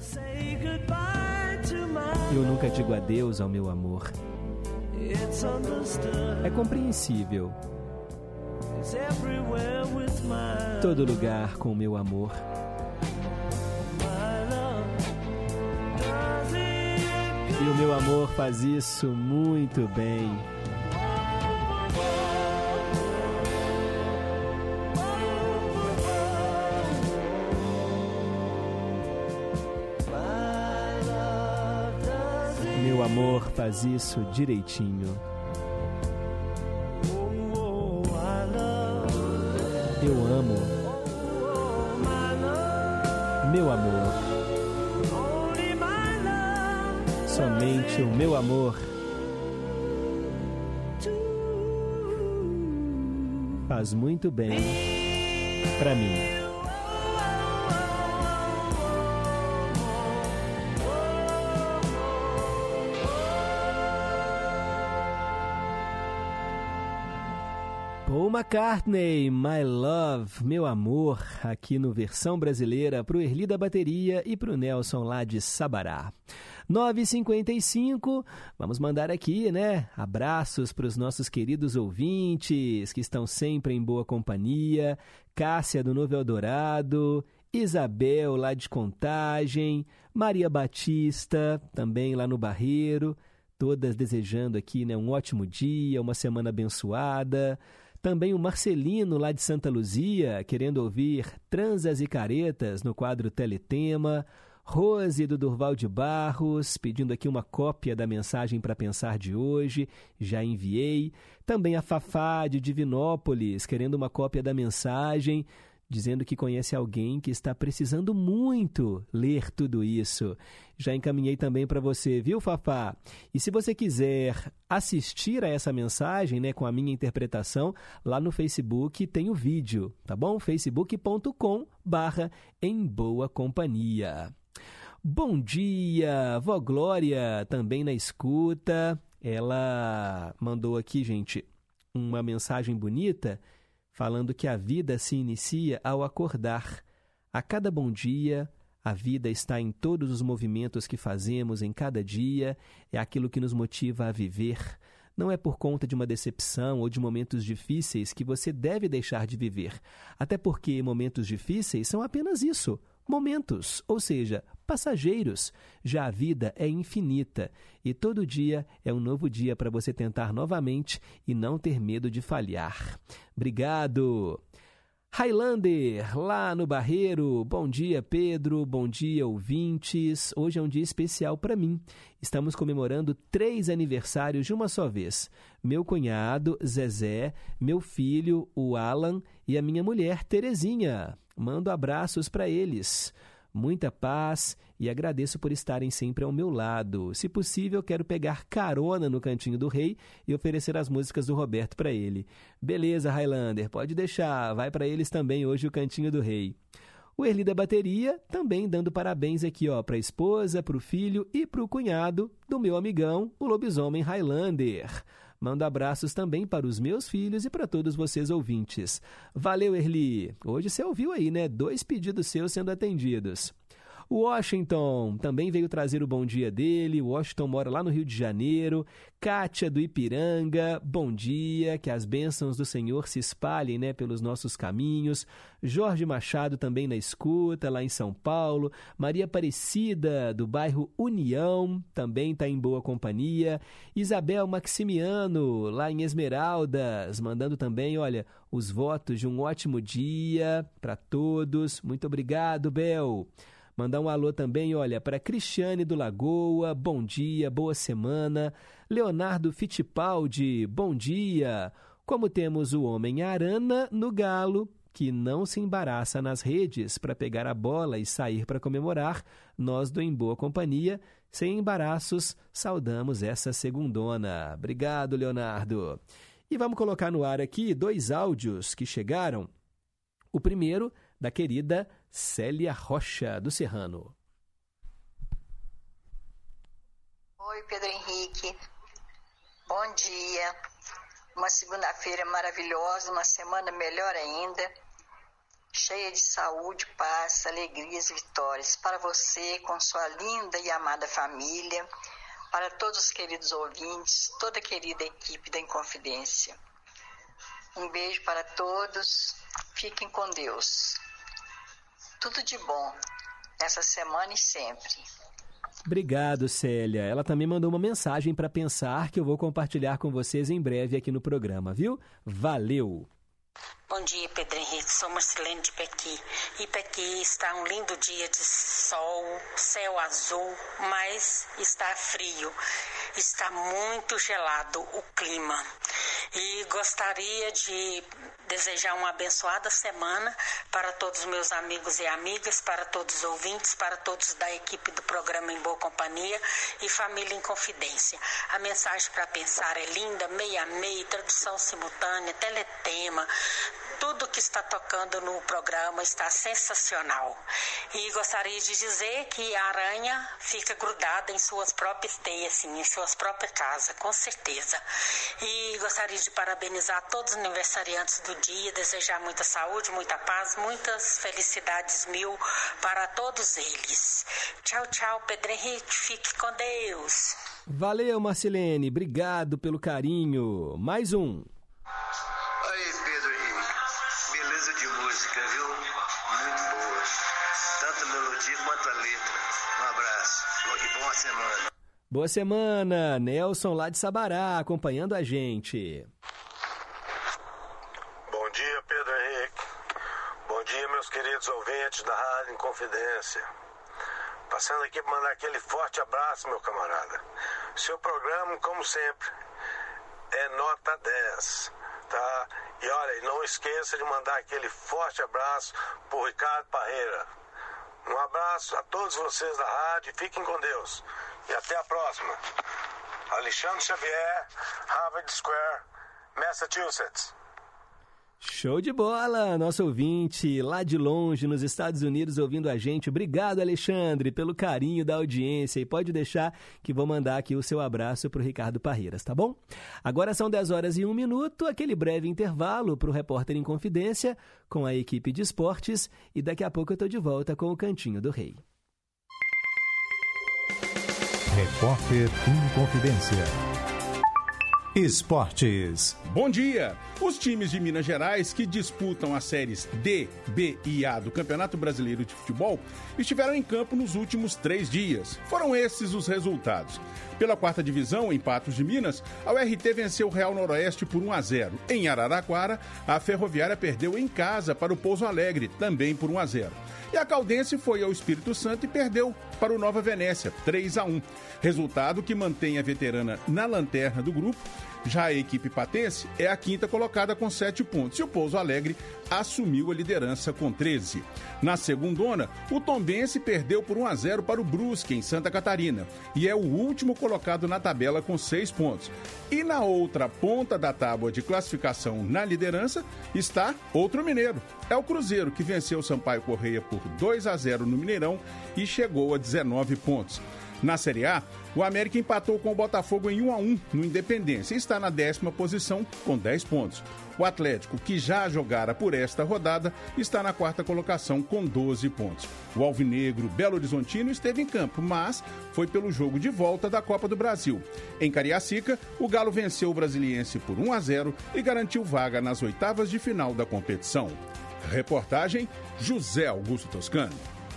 Eu nunca digo adeus ao meu amor. É compreensível. Todo lugar com meu amor. E o meu amor faz isso muito bem. Meu amor faz isso direitinho. Eu amo. Meu amor. Somente o meu amor faz muito bem pra mim. Paul McCartney, My Love, Meu Amor, aqui no versão brasileira pro Erli da bateria e pro Nelson lá de Sabará. nove e cinquenta e cinco, vamos mandar aqui, né, abraços para os nossos queridos ouvintes que estão sempre em boa companhia. Cássia do Novo Eldorado, Isabel lá de Contagem, Maria Batista também lá no Barreiro, todas desejando aqui, né, um ótimo dia, uma semana abençoada. Também o Marcelino, lá de Santa Luzia, querendo ouvir Transas e Caretas no quadro Teletema. Rose, do Durval de Barros, pedindo aqui uma cópia da mensagem para pensar de hoje. Já enviei. Também a Fafá, de Divinópolis, querendo uma cópia da mensagem, dizendo que conhece alguém que está precisando muito ler tudo isso. Já encaminhei também para você, viu, Fafá? E se você quiser assistir a essa mensagem, né, com a minha interpretação, lá no Facebook tem o vídeo, tá bom? facebook ponto com barra em boa companhia. Bom dia, vó Glória, também na escuta. Ela mandou aqui, gente, uma mensagem bonita, falando que a vida se inicia ao acordar. A cada bom dia, a vida está em todos os movimentos que fazemos em cada dia, é aquilo que nos motiva a viver. Não é por conta de uma decepção ou de momentos difíceis que você deve deixar de viver. Até porque momentos difíceis são apenas isso, momentos, ou seja, passageiros. Já a vida é infinita e todo dia é um novo dia para você tentar novamente e não ter medo de falhar. Obrigado! Highlander, lá no Barreiro. Bom dia, Pedro. Bom dia, ouvintes. Hoje é um dia especial para mim. Estamos comemorando três aniversários de uma só vez. Meu cunhado, Zezé, meu filho, o Alan, e a minha mulher, Terezinha. Mando abraços para eles. Muita paz e agradeço por estarem sempre ao meu lado. Se possível, quero pegar carona no Cantinho do Rei e oferecer as músicas do Roberto para ele. Beleza, Highlander, pode deixar. Vai para eles também hoje o Cantinho do Rei. O Erli da bateria também dando parabéns aqui, ó, para a esposa, para o filho e para o cunhado do meu amigão, o lobisomem Highlander. Mando abraços também para os meus filhos e para todos vocês ouvintes. Valeu, Erli! Hoje você ouviu aí, né? Dois pedidos seus sendo atendidos. O Washington também veio trazer o bom dia dele. O Washington mora lá no Rio de Janeiro. Kátia do Ipiranga, bom dia. Que as bênçãos do Senhor se espalhem, né, pelos nossos caminhos. Jorge Machado também na escuta, lá em São Paulo. Maria Aparecida, do bairro União, também está em boa companhia. Isabel Maximiano, lá em Esmeraldas, mandando também, olha, os votos de um ótimo dia para todos. Muito obrigado, Bel. Mandar um alô também, olha, para Cristiane do Lagoa, bom dia, boa semana. Leonardo Fittipaldi, bom dia. Como temos o homem Arana no Galo, que não se embaraça nas redes para pegar a bola e sair para comemorar, nós do Em Boa Companhia, sem embaraços, saudamos essa segundona. Obrigado, Leonardo. E vamos colocar no ar aqui dois áudios que chegaram. O primeiro, da querida Célia Rocha, do Serrano. Oi, Pedro Henrique. Bom dia. Uma segunda-feira maravilhosa, uma semana melhor ainda, cheia de saúde, paz, alegrias e vitórias. Para você, com sua linda e amada família, para todos os queridos ouvintes, toda a querida equipe da Inconfidência. Um beijo para todos. Fiquem com Deus. Tudo de bom nessa semana e sempre. Obrigado, Célia. Ela também mandou uma mensagem para pensar que eu vou compartilhar com vocês em breve aqui no programa, viu? Valeu! Bom dia, Pedro Henrique. Sou Marcelene de Pequi. E Pequi está um lindo dia de sol, céu azul, mas está frio. Está muito gelado o clima. E gostaria de desejar uma abençoada semana para todos os meus amigos e amigas, para todos os ouvintes, para todos da equipe do programa Em Boa Companhia e Família em Confidência. A mensagem para pensar é linda, meia meia, tradução simultânea, teletema. Tudo que está tocando no programa está sensacional. E gostaria de dizer que a aranha fica grudada em suas próprias teias, assim, em suas próprias casas, com certeza. E gostaria de parabenizar todos os aniversariantes do dia, desejar muita saúde, muita paz, muitas felicidades mil para todos eles. Tchau, tchau, Pedro Henrique. Fique com Deus. Valeu, Marcelene. Obrigado pelo carinho. Mais um. Aí, Pedro Henrique. Beleza de música, viu? Muito boa. Tanto a melodia quanto a letra. Um abraço. E boa semana. Boa semana. Nelson lá de Sabará, acompanhando a gente. Bom dia, Pedro Henrique. Bom dia, meus queridos ouvintes da Rádio Inconfidência. Passando aqui para mandar aquele forte abraço, meu camarada. Seu programa, como sempre, é nota dez, tá? E olha, não esqueça de mandar aquele forte abraço pro Ricardo Parreira. Um abraço a todos vocês da rádio, fiquem com Deus. E até a próxima. Alexandre Xavier, Harvard Square, Massachusetts. Show de bola, nosso ouvinte lá de longe nos Estados Unidos ouvindo a gente. Obrigado, Alexandre, pelo carinho da audiência, e pode deixar que vou mandar aqui o seu abraço para o Ricardo Parreiras, tá bom? Agora são dez horas e um minuto, aquele breve intervalo para o Repórter em Confidência com a equipe de esportes, e daqui a pouco eu estou de volta com o Cantinho do Rei. Repórter em Confidência. Esportes. Bom dia! Os times de Minas Gerais que disputam as séries D, B e A do Campeonato Brasileiro de Futebol estiveram em campo nos últimos três dias. Foram esses os resultados. Pela quarta divisão, em Patos de Minas, a U R T venceu o Real Noroeste por um a zero. Em Araraquara, a Ferroviária perdeu em casa para o Pouso Alegre, também por um a zero. E a Caldense foi ao Espírito Santo e perdeu para o Nova Venécia, três a um. Resultado que mantém a veterana na lanterna do grupo. Já a equipe patense é a quinta colocada com sete pontos e o Pouso Alegre assumiu a liderança com treze. Na segundona, o Tombense perdeu por um a zero para o Brusque, em Santa Catarina, e é o último colocado na tabela com seis pontos. E na outra ponta da tábua de classificação na liderança está outro mineiro. É o Cruzeiro, que venceu o Sampaio Corrêa por dois a zero no Mineirão e chegou a dezenove pontos. Na Série A, o América empatou com o Botafogo em um a um no Independência e está na décima posição com dez pontos. O Atlético, que já jogara por esta rodada, está na quarta colocação com doze pontos. O Alvinegro Belo Horizontino esteve em campo, mas foi pelo jogo de volta da Copa do Brasil. Em Cariacica, o Galo venceu o Brasiliense por um a zero e garantiu vaga nas oitavas de final da competição. Reportagem José Augusto Toscano.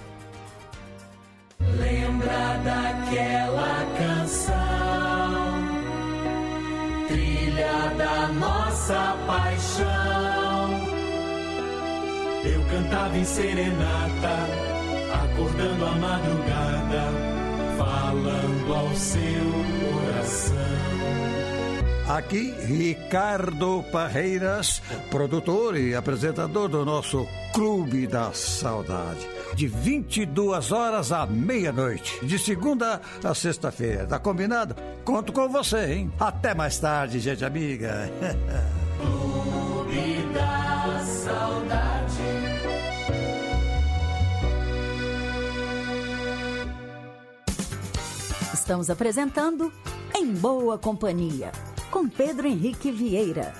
Lembra daquela canção, trilha da nossa paixão. Eu cantava em serenata, acordando a madrugada, falando ao seu coração. Aqui, Ricardo Parreiras, produtor e apresentador do nosso Clube da Saudade. De vinte e duas horas à meia-noite, de segunda a sexta-feira. Tá combinado? Conto com você, hein? Até mais tarde, gente amiga. Clube da Saudade. Estamos apresentando Em Boa Companhia, com Pedro Henrique Vieira.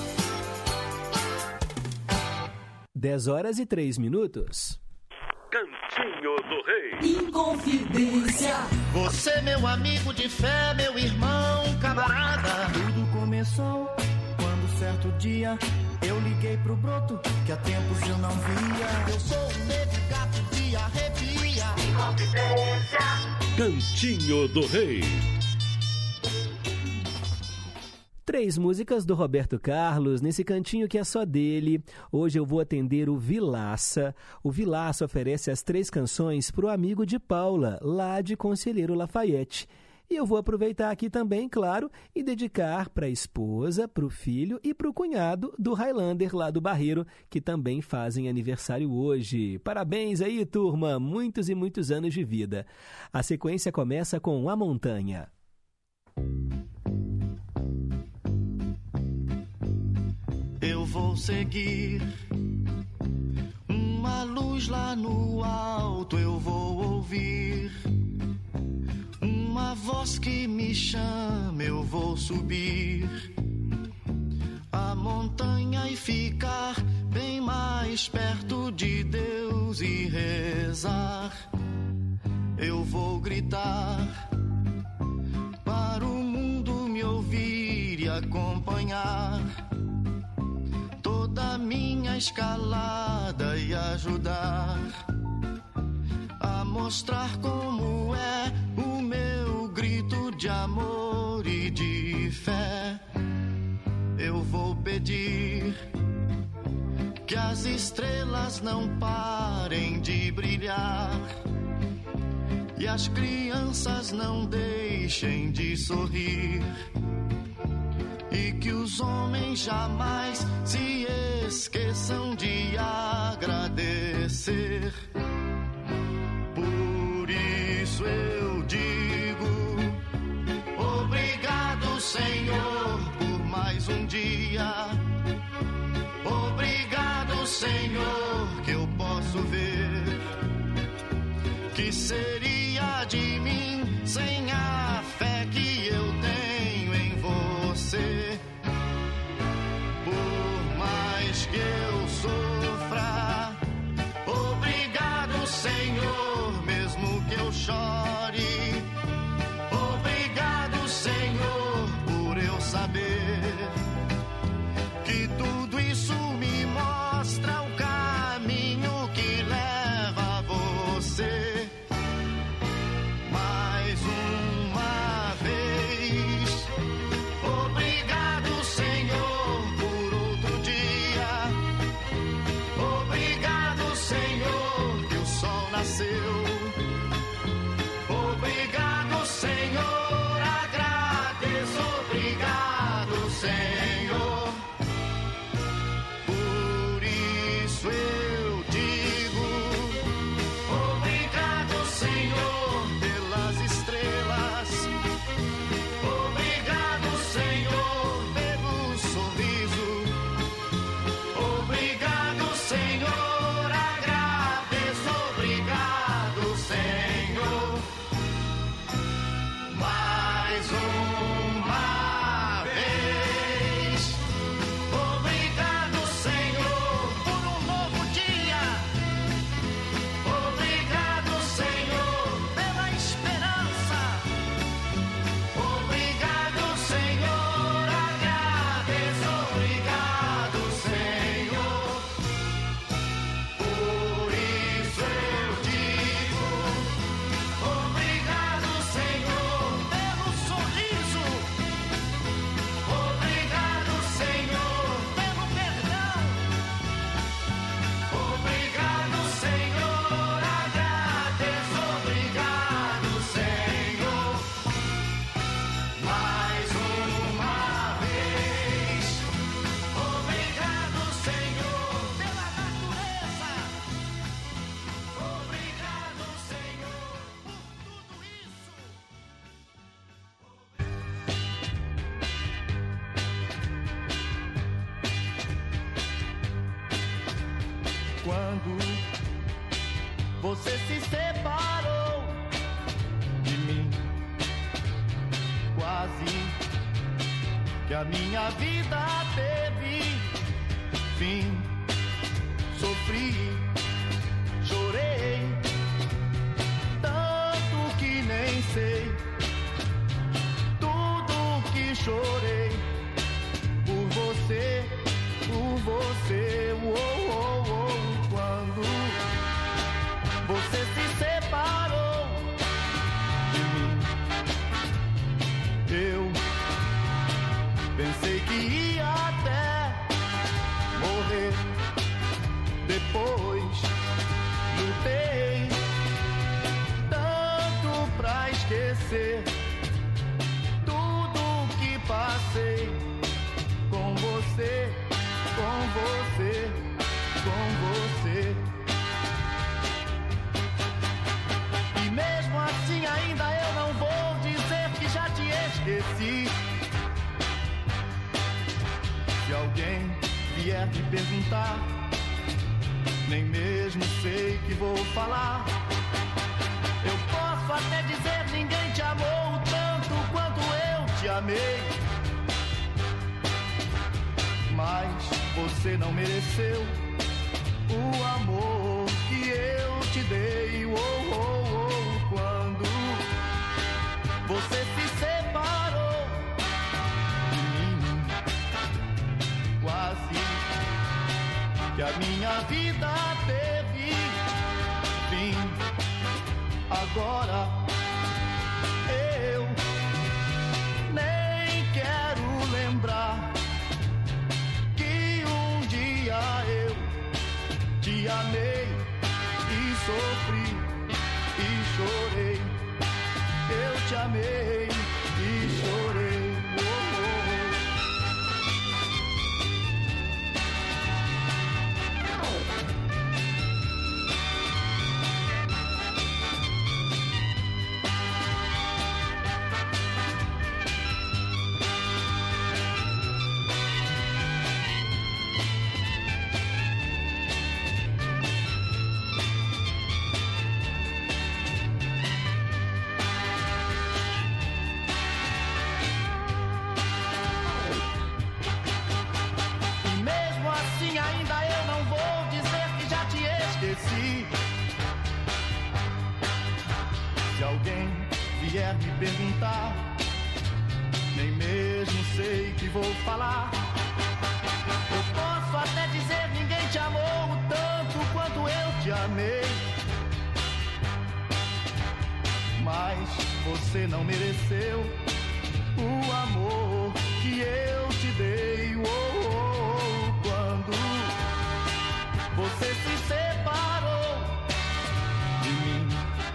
dez horas e três minutos. Cantinho do Rei. Inconfidência. Você, meu amigo de fé, meu irmão, camarada. Tudo começou quando certo dia Eu liguei pro broto, que há tempos eu não via. Eu sou o negro gato de arrepia. Inconfidência. Cantinho do Rei. Três músicas do Roberto Carlos, nesse cantinho que é só dele. Hoje eu vou atender o Vilaça. O Vilaça oferece as três canções para o amigo de Paula, lá de Conselheiro Lafayette. E eu vou aproveitar aqui também, claro, e dedicar para a esposa, para o filho e para o cunhado do Highlander, lá do Barreiro, que também fazem aniversário hoje. Parabéns aí, turma! Muitos e muitos anos de vida. A sequência começa com A Montanha. Eu vou seguir uma luz lá no alto, eu vou ouvir uma voz que me chama, eu vou subir a montanha e ficar bem mais perto de Deus e rezar. Eu vou gritar para o mundo me ouvir e acompanhar toda minha escalada e ajudar a mostrar como é o meu grito de amor e de fé. Eu vou pedir que as estrelas não parem de brilhar e as crianças não deixem de sorrir, e que os homens jamais se esqueçam de agradecer. Por isso eu digo obrigado, Senhor, por mais um dia. Obrigado, Senhor, que eu posso ver. Que seria de mim sem a fé que eu tenho em você? Por mais que eu sofra, obrigado, Senhor, mesmo que eu chore. Obrigado, Senhor, por eu saber que tudo isso me mostra o caminho que leva a você. Mais uma vez, obrigado, Senhor, por outro dia. Obrigado, Senhor, que o sol nasceu. Obrigado, Senhor, agradeço. Obrigado, Senhor. Por isso eu digo obrigado, Senhor, pelas estrelas. Obrigado, Senhor, pelo sorriso. Obrigado, Senhor, agradeço. Obrigado, Senhor. Mais uma vez, obrigado, Senhor, por um novo dia. Obrigado, Senhor, pela esperança. Obrigado, Senhor, agradeço. Obrigado, Senhor. Por isso eu digo obrigado, Senhor, pelo sorriso. Obrigado, Senhor, pelo perdão. Obrigado, Senhor, agradeço. Obrigado, Senhor. Mais uma vez, obrigado, Senhor, pela natureza. Obrigado, Senhor, por tudo isso. Quando você se separou de mim, quase que a minha vida teve fim. Sofri, chorei, tanto que nem sei tudo que chorei por você, por esquecer tudo que passei com você, com você, com você. E mesmo assim ainda eu não vou dizer que já te esqueci. Se alguém vier me perguntar, nem mesmo sei que vou falar. Eu posso até dizer ninguém te amou tanto quanto eu te amei. Mas você não mereceu o amor que eu te dei. Oh, oh, oh. Quando você se separou de mim, quase que a minha vida teve fim. Agora eu nem quero lembrar que um dia eu te amei e sofri e chorei. Eu te amei e chorei. Oh, se alguém vier me perguntar, nem mesmo sei que vou falar. Eu posso até dizer ninguém te amou tanto quanto eu te amei. Mas você não mereceu o amor que eu te dei. Oh, oh, oh. Quando você se separou de mim,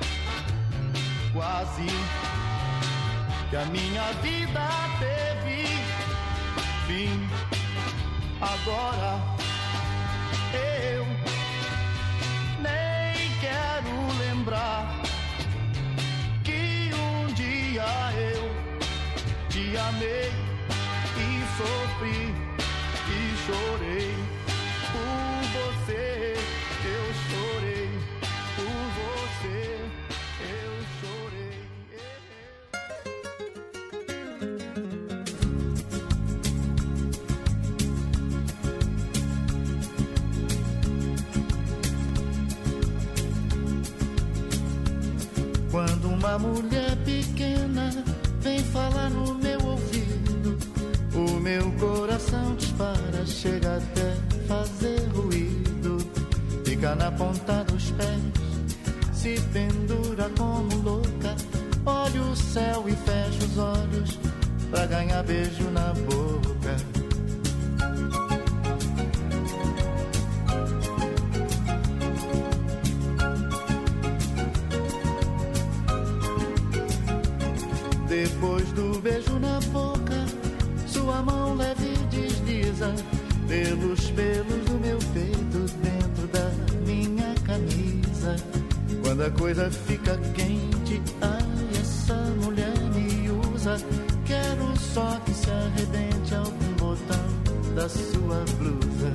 quase que a minha vida teve fim. Agora eu nem quero lembrar que um dia eu te amei e sofri e chorei por você. Eu chorei por você. Eu chorei. Quando uma mulher pequena vem falar no meu ouvido, o meu coração dispara, chega até fazer ruído. Fica na ponta dos pés, se pendura como louca. Olha o céu e fecha os olhos pra ganhar beijo na boca. Depois do beijo na boca, sua mão leve desliza pelos pelos do meu peito, dentro da minha camisa. Quando a coisa fica quente, ai, essa mulher me usa. Quero só que se arrebente algum botão da sua blusa.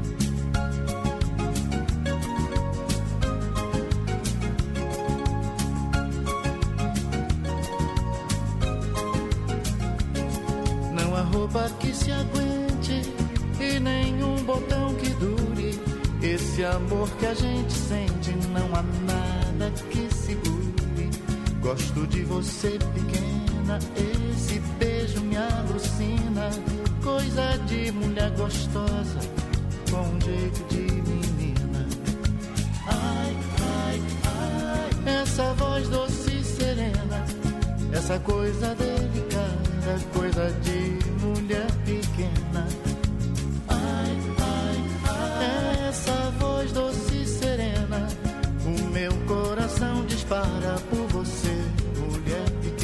Roupa que se aguente e nenhum botão que dure. Esse amor que a gente sente, não há nada que segure. Gosto de você pequena, esse beijo me alucina. Coisa de mulher gostosa, com um jeito de menina. Ai, ai, ai, essa voz doce e serena, essa coisa delicada, coisa de mulher pequena. Ai, ai, ai, essa voz doce e serena, o meu coração dispara por você, mulher pequena.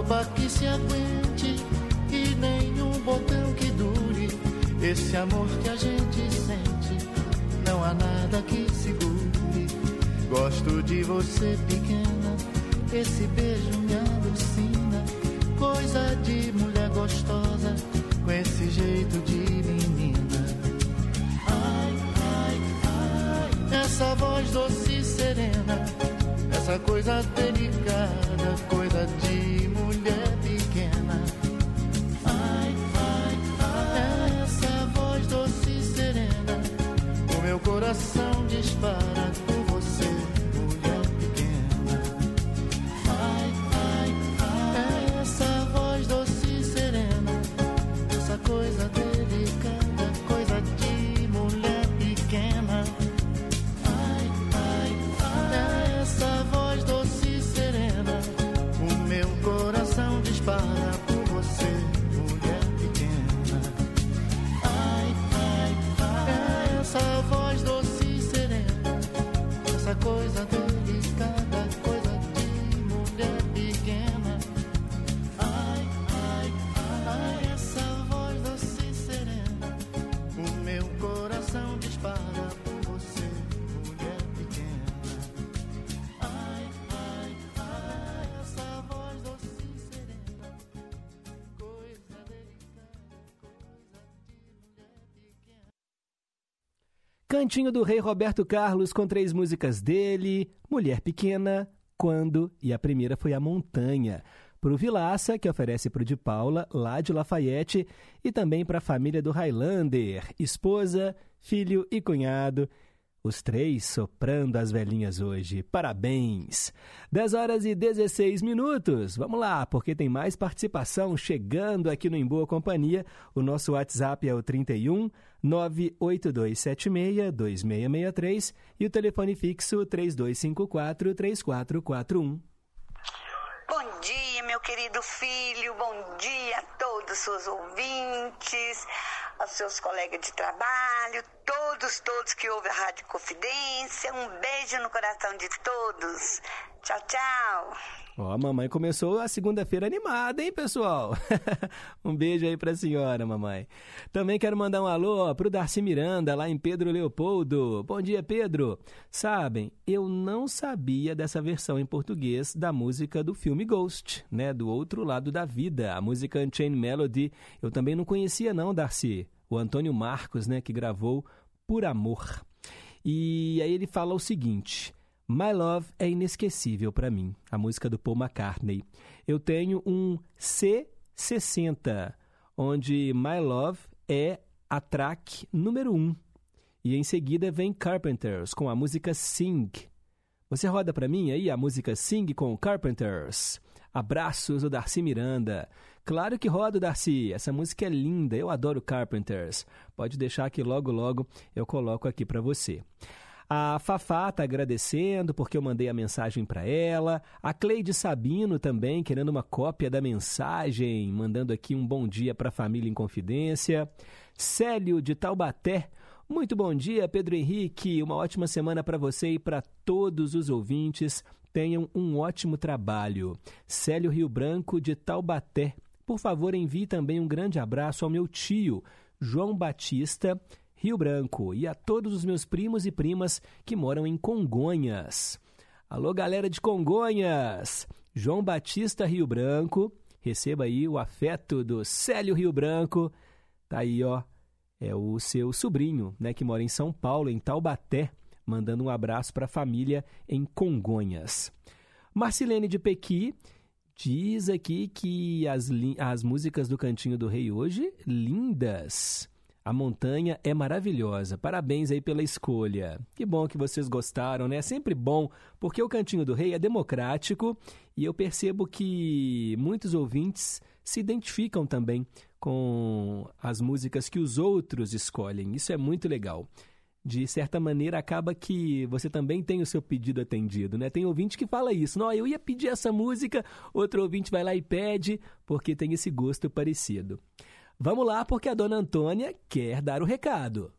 roupa que se aguente e nenhum botão que dure. Esse amor que a gente sente, não há nada que segure. Gosto de você pequena, esse beijo me alucina. Coisa de mulher gostosa, com esse jeito de menina. Ai, ai, ai, essa voz doce e serena, essa coisa delicada, coisa de mulher pequena. Ai, ai, ai, essa voz doce e serena, o meu coração dispara por você, mulher pequena. Ai, ai, ai, essa voz doce e serena, essa coisa delicada, coisa de mulher pequena. Ai, ai, ai, essa voz doce e serena, o meu coração dispara por você, mulher pequena. Ai, ai, ai, essa voz doce e serena, essa coisa delicada, coisa de mulher pequena. Ai, ai, ai, essa voz doce e serena, o meu coração dispara por você, mulher pequena. Ai, ai, ai, essa voz doce e serena, coisa delicada, coisa de mulher pequena. Cantinho do Rei Roberto Carlos com três músicas dele, Mulher Pequena, Quando e a primeira foi A Montanha. Pro Vilaça, que oferece pro de Paula, lá de Lafayette, e também para a família do Highlander, esposa, filho e cunhado. Os três soprando as velhinhas hoje. Parabéns! dez horas e dezesseis minutos. Vamos lá, porque tem mais participação chegando aqui no Em Boa Companhia. O nosso WhatsApp é o trinta e um, nove oito dois sete seis, dois seis seis três e o telefone fixo três dois cinco quatro, três quatro quatro um. Bom dia, meu querido filho. Bom dia a todos os seus ouvintes, aos seus colegas de trabalho, todos, todos que ouvem a Rádio Confidência. Um beijo no coração de todos. Tchau, tchau. Ó, a mamãe começou a segunda-feira animada, hein, pessoal? Um beijo aí pra senhora, mamãe. Também quero mandar um alô ó, pro Darcy Miranda, lá em Pedro Leopoldo. Bom dia, Pedro. Sabem, eu não sabia dessa versão em português da música do filme Ghost, né? Do Outro Lado da Vida, a música Unchained Melody. Eu também não conhecia não, Darcy. O Antônio Marcos, né, que gravou Por Amor. E aí ele fala o seguinte: My Love é inesquecível para mim, a música do Paul McCartney. Eu tenho um C sessenta, onde My Love é a track número um. E em seguida vem Carpenters com a música Sing. Você roda para mim aí a música Sing com Carpenters. Abraços do Darcy Miranda. Claro que rodo, Darcy. Essa música é linda. Eu adoro Carpenters. Pode deixar que logo, logo eu coloco aqui para você. A Fafá está agradecendo porque eu mandei a mensagem para ela. A Cleide Sabino também querendo uma cópia da mensagem, mandando aqui um bom dia para a família em confidência. Célio de Taubaté. Muito bom dia, Pedro Henrique. Uma ótima semana para você e para todos os ouvintes. Tenham um ótimo trabalho. Célio Rio Branco de Taubaté. Por favor, envie também um grande abraço ao meu tio, João Batista Rio Branco, e a todos os meus primos e primas que moram em Congonhas. Alô, galera de Congonhas! João Batista Rio Branco, receba aí o afeto do Célio Rio Branco. Tá aí, ó, é o seu sobrinho, né, que mora em São Paulo, em Taubaté, mandando um abraço para a família em Congonhas. Marcilene de Pequi diz aqui que as, as músicas do Cantinho do Rei hoje, lindas. A montanha é maravilhosa. Parabéns aí pela escolha. Que bom que vocês gostaram, né? É sempre bom, porque o Cantinho do Rei é democrático e eu percebo que muitos ouvintes se identificam também com as músicas que os outros escolhem. Isso é muito legal. De certa maneira, acaba que você também tem o seu pedido atendido, né? Tem ouvinte que fala isso. Não, eu ia pedir essa música, outro ouvinte vai lá e pede, porque tem esse gosto parecido. Vamos lá, porque a dona Antônia quer dar o recado.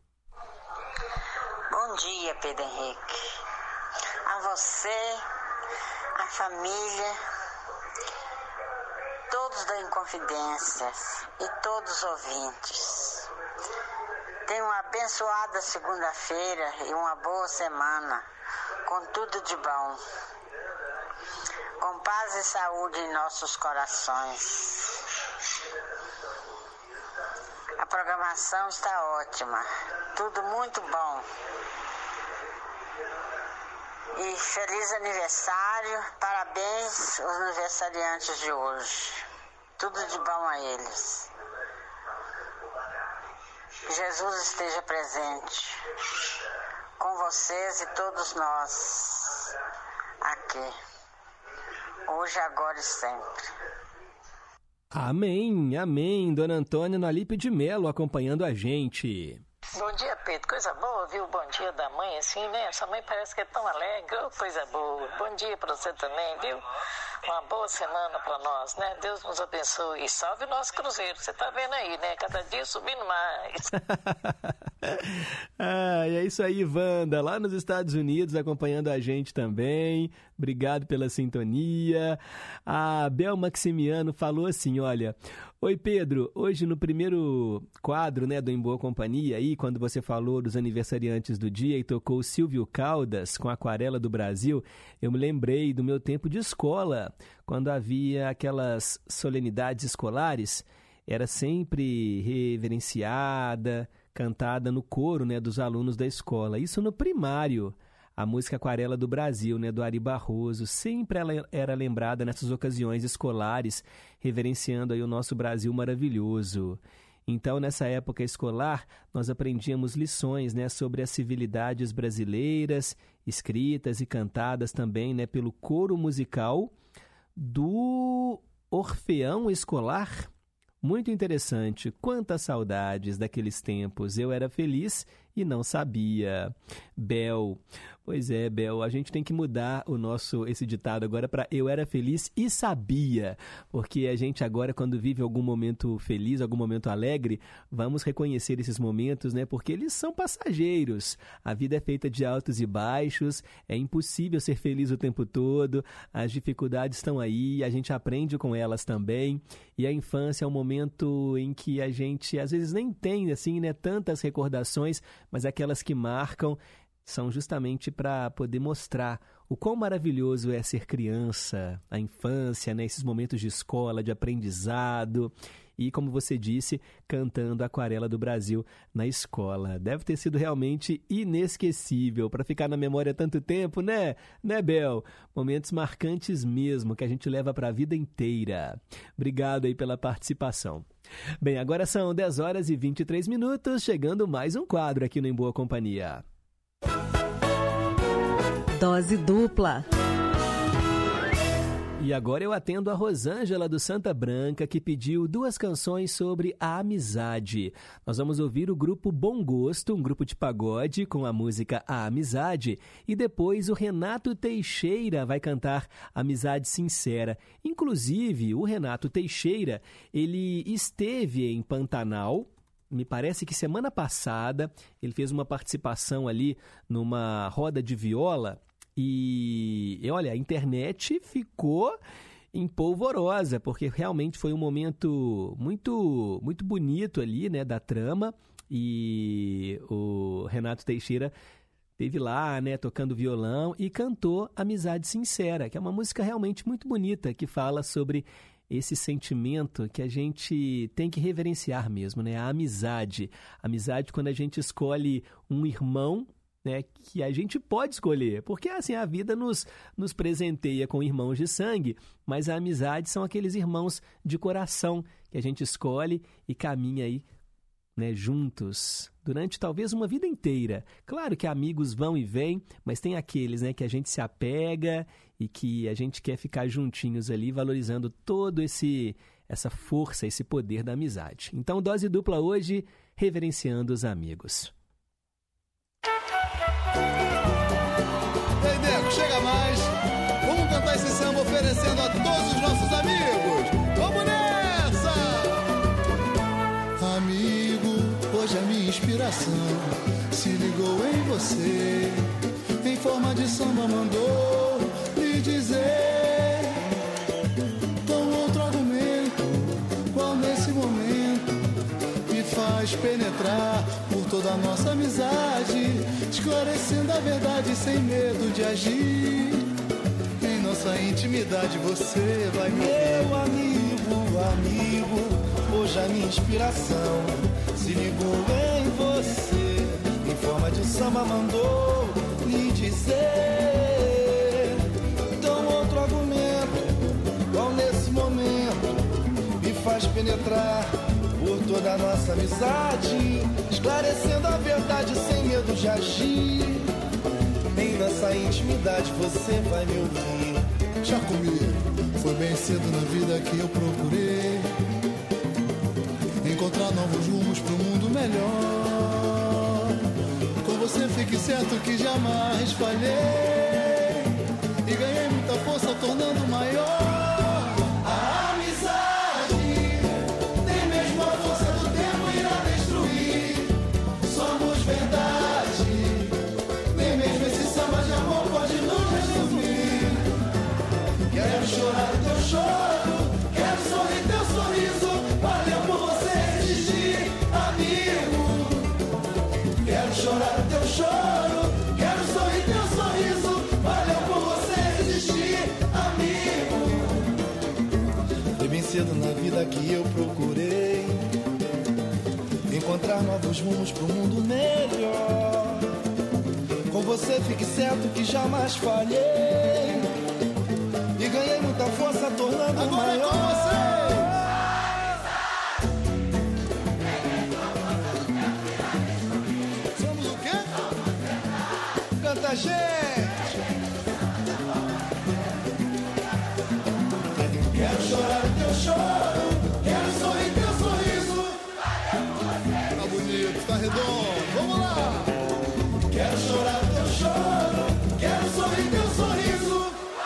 Bom dia, Pedro Henrique. A você, a família todos da Inconfidência e todos os ouvintes. Tenham uma abençoada segunda-feira e uma boa semana, com tudo de bom. Com paz e saúde em nossos corações. A programação está ótima, tudo muito bom. E feliz aniversário, parabéns aos aniversariantes de hoje. Tudo de bom a eles. Que Jesus esteja presente com vocês e todos nós aqui, hoje, agora e sempre. Amém, amém. Dona Antônia no Alípio de Melo acompanhando a gente. Bom dia, Pedro. Coisa boa, viu? Bom dia da mãe, assim, né? Sua mãe parece que é tão alegre. Oh, coisa boa. Bom dia pra você também, viu? Uma boa semana pra nós, né? Deus nos abençoe. E salve o nosso cruzeiro. Você tá vendo aí, né? Cada dia subindo mais. Ah, e é isso aí, Wanda, lá nos Estados Unidos acompanhando a gente também. Obrigado pela sintonia. A Bel Maximiano falou assim, olha... Oi, Pedro, hoje no primeiro quadro, né, do Em Boa Companhia, aí, quando você falou dos aniversariantes do dia e tocou Silvio Caldas com Aquarela do Brasil, eu me lembrei do meu tempo de escola, quando havia aquelas solenidades escolares, era sempre reverenciada, cantada no coro, né, dos alunos da escola, isso no primário. A música Aquarela do Brasil, né, do Ari Barroso, sempre ela era lembrada nessas ocasiões escolares, reverenciando aí o nosso Brasil maravilhoso. Então, nessa época escolar, nós aprendíamos lições, né, sobre as civilidades brasileiras, escritas e cantadas também, né, pelo coro musical do Orfeão Escolar. Muito interessante. Quantas saudades daqueles tempos. Eu era feliz e não sabia. Bel. Pois é, Bel, a gente tem que mudar o nosso, esse ditado agora para eu era feliz e sabia. Porque a gente agora, quando vive algum momento feliz, algum momento alegre, vamos reconhecer esses momentos, né? Porque eles são passageiros. A vida é feita de altos e baixos, é impossível ser feliz o tempo todo, as dificuldades estão aí, a gente aprende com elas também. E a infância é um momento em que a gente, às vezes, nem tem, assim, né, tantas recordações, mas aquelas que marcam são justamente para poder mostrar o quão maravilhoso é ser criança, a infância, né? Esses momentos de escola, de aprendizado e, como você disse, cantando Aquarela do Brasil na escola. Deve ter sido realmente inesquecível para ficar na memória tanto tempo, né? Né, Bel? Momentos marcantes mesmo que a gente leva para a vida inteira. Obrigado aí pela participação. Bem, agora são dez horas e vinte e três minutos, chegando mais um quadro aqui no Em Boa Companhia. Dose dupla. E agora eu atendo a Rosângela do Santa Branca, que pediu duas canções sobre a amizade. Nós vamos ouvir o grupo Bom Gosto, um grupo de pagode, com a música A Amizade. E depois o Renato Teixeira vai cantar Amizade Sincera. Inclusive, o Renato Teixeira, ele esteve em Pantanal. Me parece que semana passada ele fez uma participação ali numa roda de viola e, e olha, a internet ficou empolvorosa, porque realmente foi um momento muito, muito bonito ali, né, da trama, e o Renato Teixeira esteve lá, né, tocando violão e cantou Amizade Sincera, que é uma música realmente muito bonita, que fala sobre esse sentimento que a gente tem que reverenciar mesmo, né? A amizade. Amizade quando a gente escolhe um irmão, né, que a gente pode escolher, porque assim a vida nos, nos presenteia com irmãos de sangue, mas a amizade são aqueles irmãos de coração que a gente escolhe e caminha aí, né, juntos durante talvez uma vida inteira. Claro que amigos vão e vêm, mas tem aqueles, né, que a gente se apega e que a gente quer ficar juntinhos ali, valorizando todo esse essa força, esse poder da amizade. Então, dose dupla hoje, reverenciando os amigos. Ei, Deco, chega mais. Vamos cantar esse samba oferecendo a todos os nossos amigos. Vamos nessa! Amigo, hoje a minha inspiração se ligou em você. Em forma de samba mandou lhe dizer. Com outro argumento faz penetrar por toda a nossa amizade, esclarecendo a verdade sem medo de agir. Em nossa intimidade você vai me ouvir. Meu amigo, amigo, hoje a minha inspiração se ligou em você. Em forma de samba mandou lhe dizer. Então outro argumento, qual nesse momento me faz penetrar por toda a nossa amizade, esclarecendo a verdade sem medo de agir. Em nossa intimidade você vai me ouvir. Já comigo, foi bem cedo na vida que eu procurei encontrar novos rumos pro mundo melhor. Com você fique certo que jamais falhei e ganhei muita força tornando maior. Chorar o teu choro, quero sorrir teu sorriso. Valeu por você existir, amigo. Quero chorar o teu choro, quero sorrir teu sorriso. Valeu por você existir, amigo. Foi bem cedo na vida que eu procurei encontrar novos rumos pro mundo melhor. Com você fique certo que jamais falhei e ganhei muita força tornando agora maior. É com você. Somos o quê? Canta, gente. Quero chorar o teu choro, quero sorrir teu sorriso. Tá bonito, tá redondo, vamos lá. Quero chorar o teu choro, quero sorrir teu sorriso.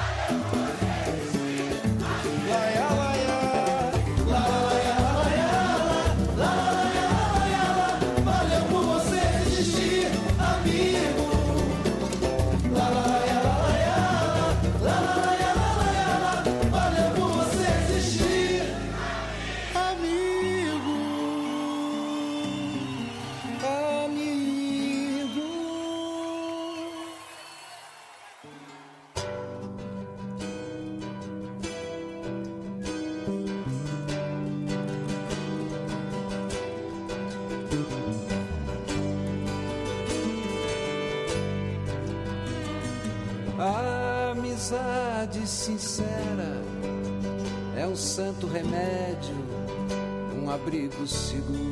A amizade sincera é um santo remédio, um abrigo seguro.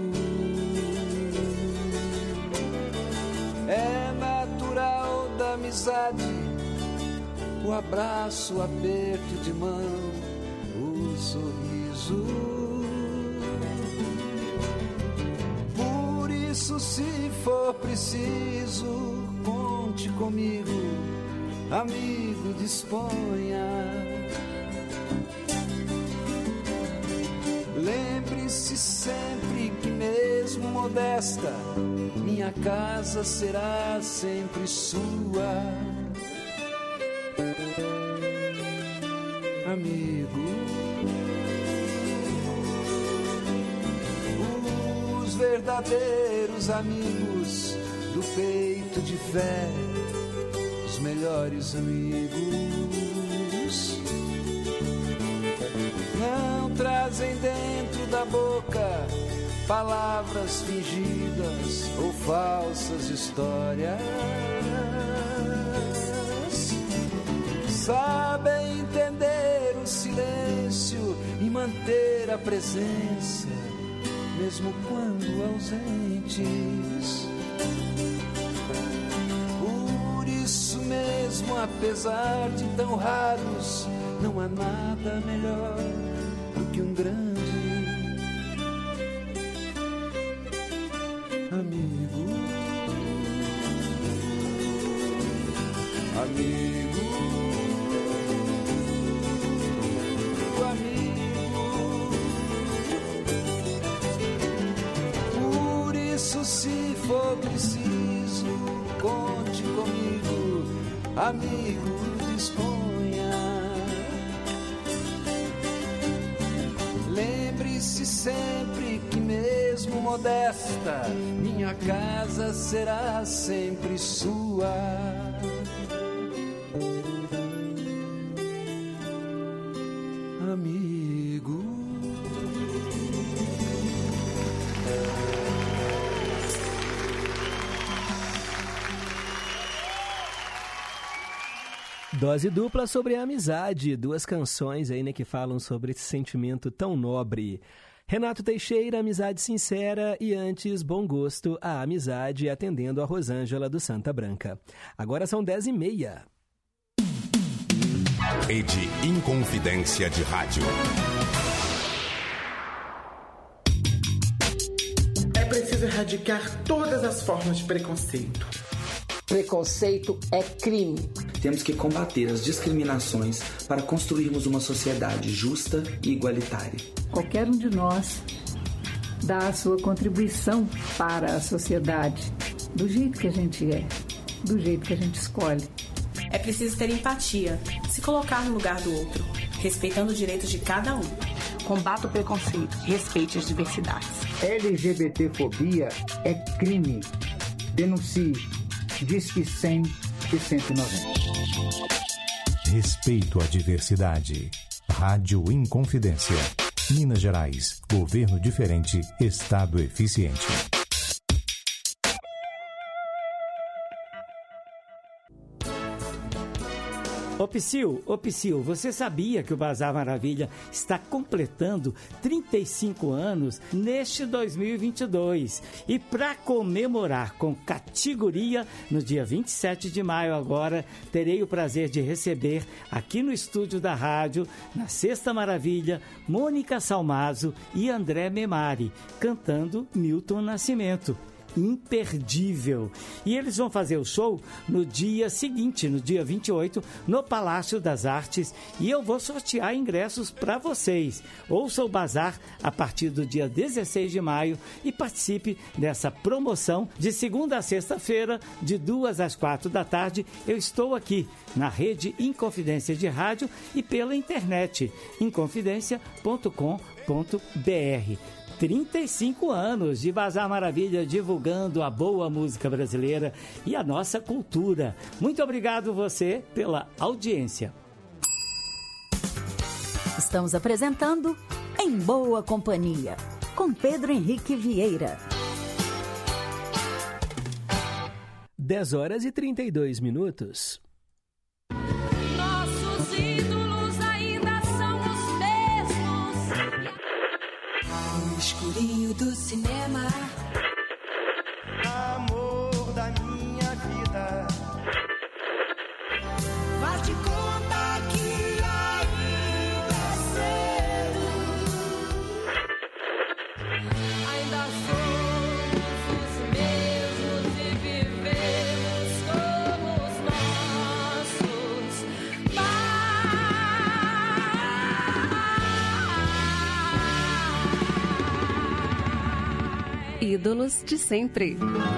É natural da amizade o abraço, o aperto de mão, o sorriso. Por isso, se for preciso, conte comigo, amigo, disponha. Lembre-se sempre que mesmo modesta, minha casa será sempre sua. Amigo, os verdadeiros amigos do peito de fé, os melhores amigos, não trazem dentro da boca palavras fingidas ou falsas histórias. Sabem entender o silêncio e manter a presença, mesmo quando ausentes. Por isso mesmo, apesar de tão raros, não há nada melhor do que um grande amigo. Amigo, amigo. Por isso, se for preciso, conte comigo, amigo, disponha. Lembre-se sempre que mesmo mesmo modesta, minha casa será sempre sua. Amigo. Dose dupla sobre a amizade, duas canções aí, né, que falam sobre esse sentimento tão nobre. Renato Teixeira, Amizade Sincera, e antes, Bom Gosto, a Amizade, atendendo a Rosângela do Santa Branca. Agora são dez e meia. Rede Inconfidência de Rádio. É preciso erradicar todas as formas de preconceito. Preconceito é crime. Temos que combater as discriminações para construirmos uma sociedade justa e igualitária. Qualquer um de nós dá a sua contribuição para a sociedade, do jeito que a gente é, do jeito que a gente escolhe. É preciso ter empatia, se colocar no lugar do outro, respeitando os direitos de cada um. Combata o preconceito, respeite as diversidades. LGBTfobia é crime. Denuncie. Disque cem e cento e noventa. Respeito à diversidade. Rádio Inconfidência. Minas Gerais. Governo diferente. Estado eficiente. Ô Psyu, ô Psyu, você sabia que o Bazar Maravilha está completando trinta e cinco anos neste dois mil e vinte e dois? E para comemorar com categoria, no dia vinte e sete de maio agora, terei o prazer de receber aqui no estúdio da rádio, na Sexta Maravilha, Mônica Salmazo e André Memari, cantando Milton Nascimento. Imperdível. E eles vão fazer o show no dia seguinte, no dia vinte e oito, no Palácio das Artes, e eu vou sortear ingressos para vocês. Ouça o Bazar a partir do dia dezesseis de maio e participe dessa promoção de segunda a sexta-feira, de duas às quatro da tarde. Eu estou aqui na Rede Inconfidência de Rádio e pela internet, inconfidencia ponto com ponto br. trinta e cinco anos de Bazar Maravilha, divulgando a boa música brasileira e a nossa cultura. Muito obrigado você pela audiência. Estamos apresentando Em Boa Companhia, com Pedro Henrique Vieira. dez horas e trinta e dois minutos. Nossos ídolos ainda são os mesmos. No escurinho do cinema, amor da minha vida, faz de conta que ainda é cedo. Ainda somos os mesmos e vivemos como os nossos pais. Ídolos de sempre.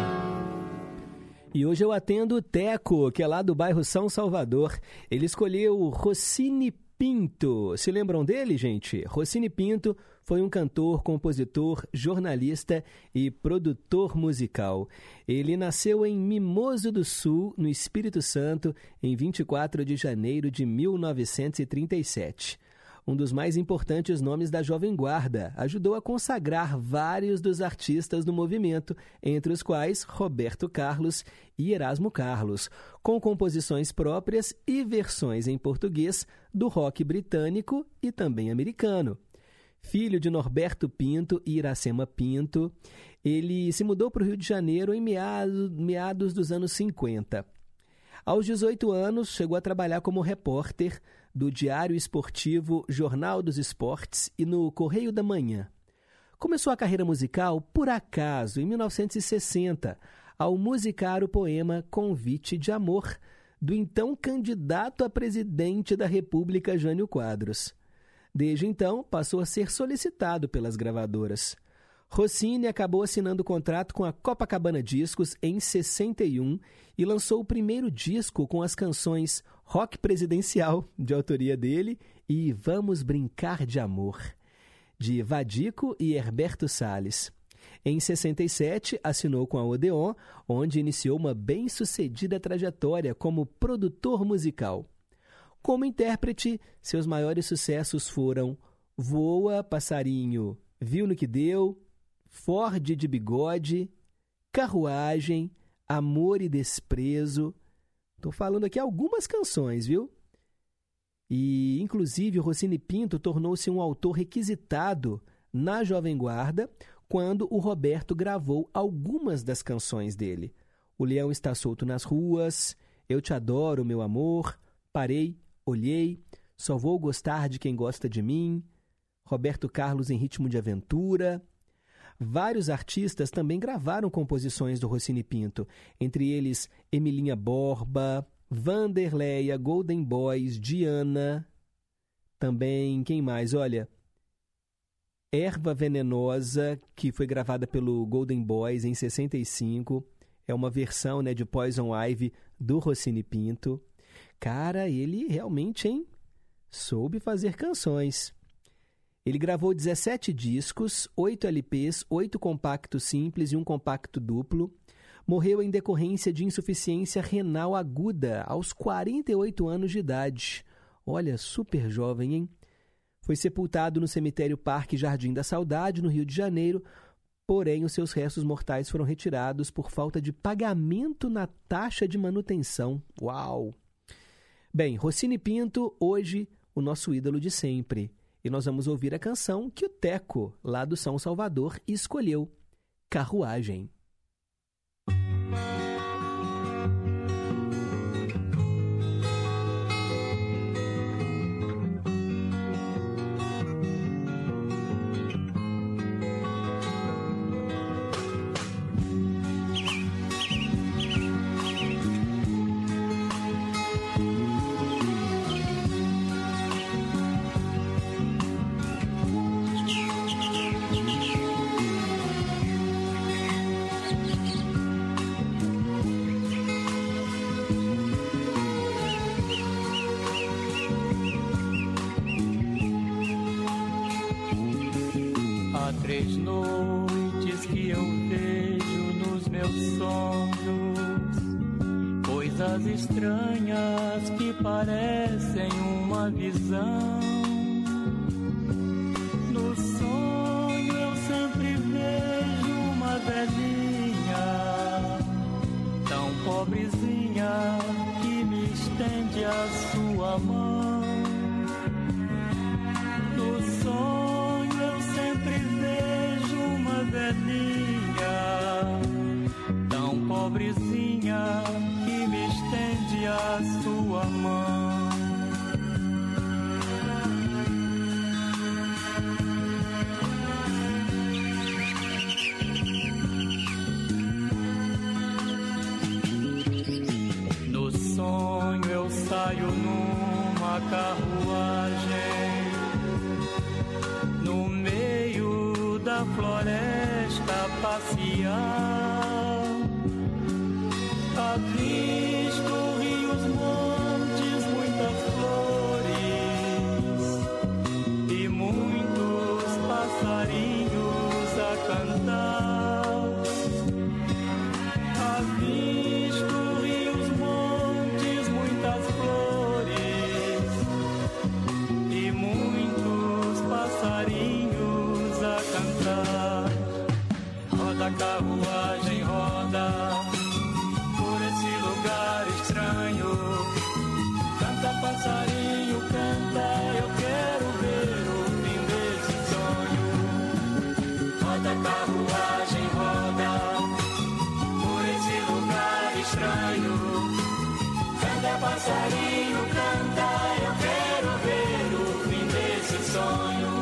E hoje eu atendo o Teco, que é lá do bairro São Salvador. Ele escolheu Rossini Pinto. Se lembram dele, gente? Rossini Pinto foi um cantor, compositor, jornalista e produtor musical. Ele nasceu em Mimoso do Sul, no Espírito Santo, em vinte e quatro de janeiro de mil novecentos e trinta e sete. Um dos mais importantes nomes da Jovem Guarda, ajudou a consagrar vários dos artistas do movimento, entre os quais Roberto Carlos e Erasmo Carlos, com composições próprias e versões em português do rock britânico e também americano. Filho de Norberto Pinto e Iracema Pinto, ele se mudou para o Rio de Janeiro em meados, meados dos anos cinquenta. Aos dezoito anos, chegou a trabalhar como repórter do Diário Esportivo Jornal dos Esportes e no Correio da Manhã. Começou a carreira musical, por acaso, em mil novecentos e sessenta, ao musicar o poema Convite de Amor, do então candidato a presidente da República, Jânio Quadros. Desde então, passou a ser solicitado pelas gravadoras. Rossini acabou assinando contrato com a Copacabana Discos em sessenta e um e lançou o primeiro disco com as canções Rock Presidencial, de autoria dele, e Vamos Brincar de Amor, de Vadico e Herberto Salles. Em sessenta e sete, assinou com a Odeon, onde iniciou uma bem-sucedida trajetória como produtor musical. Como intérprete, seus maiores sucessos foram Voa, Passarinho, Viu no que Deu, Ford de Bigode, Carruagem, Amor e Desprezo. Estou falando aqui algumas canções, viu? E, inclusive, o Rossini Pinto tornou-se um autor requisitado na Jovem Guarda quando o Roberto gravou algumas das canções dele. O Leão Está Solto nas Ruas, Eu Te Adoro, Meu Amor, Parei, Olhei, Só Vou Gostar de Quem Gosta de Mim, Roberto Carlos em Ritmo de Aventura. Vários artistas também gravaram composições do Rossini Pinto, entre eles Emilinha Borba, Vanderleia, Golden Boys, Diana, também, quem mais? Olha, Erva Venenosa, que foi gravada pelo Golden Boys em sessenta e cinco, é uma versão, né, de Poison Ivy do Rossini Pinto. Cara, ele realmente, hein, soube fazer canções. Ele gravou dezessete discos, oito L Ps, oito compactos simples e um compacto duplo. Morreu em decorrência de insuficiência renal aguda, aos quarenta e oito anos de idade. Olha, super jovem, hein? Foi sepultado no cemitério Parque Jardim da Saudade, no Rio de Janeiro, porém os seus restos mortais foram retirados por falta de pagamento na taxa de manutenção. Uau! Bem, Rossini Pinto, hoje o nosso ídolo de sempre. E nós vamos ouvir a canção que o Teco, lá do São Salvador, escolheu, Carruagem. Três noites que eu vejo nos meus sonhos, coisas estranhas que parecem uma visão. No sonho eu sempre vejo uma velhinha, tão pobrezinha, que me estende a sua mão. No sonho eu sempre vejo uma velhinha, tão pobrezinha, que me estende a sua mão. No sonho eu saio numa carruagem, no meio da floresta passear, avisto rios, montes, muitas flores e muitos passarinhos a cantar. Avisto rios, montes, muitas flores e muitos passarinhos a cantar. Roda a carruagem, roda por esse lugar estranho. Canta, passarinho, canta, eu quero ver o fim desse sonho. Roda a carruagem, roda por esse lugar estranho. Canta, passarinho, canta, eu quero ver o fim desse sonho.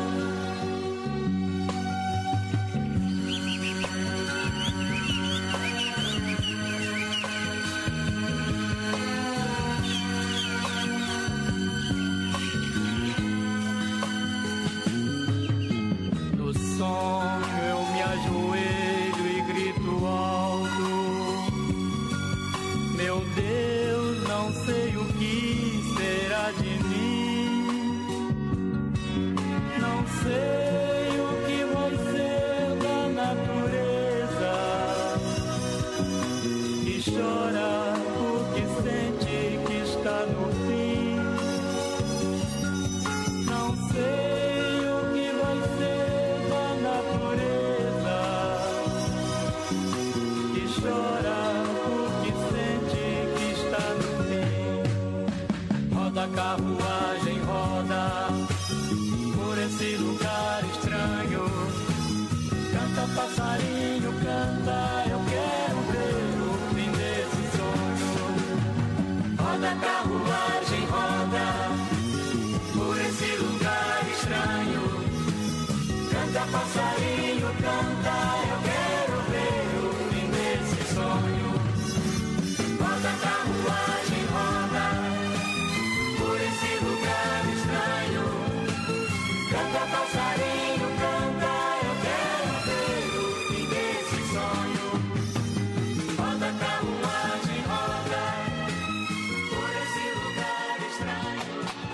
No sonho eu me ajoelho e grito alto: meu Deus, não sei o que Roda a carruagem, roda por esse lugar estranho. Canta passarinho, canta, eu quero ver o fim desse sonho. Roda a carruagem, roda por esse lugar estranho. Canta passarinho, canta, eu quero ver o fim desse sonho. Roda a carruagem, roda por esse lugar estranho. Canta passarinho, canta, eu quero ver o fim desse sonho. Roda a carruagem, roda por esse lugar estranho.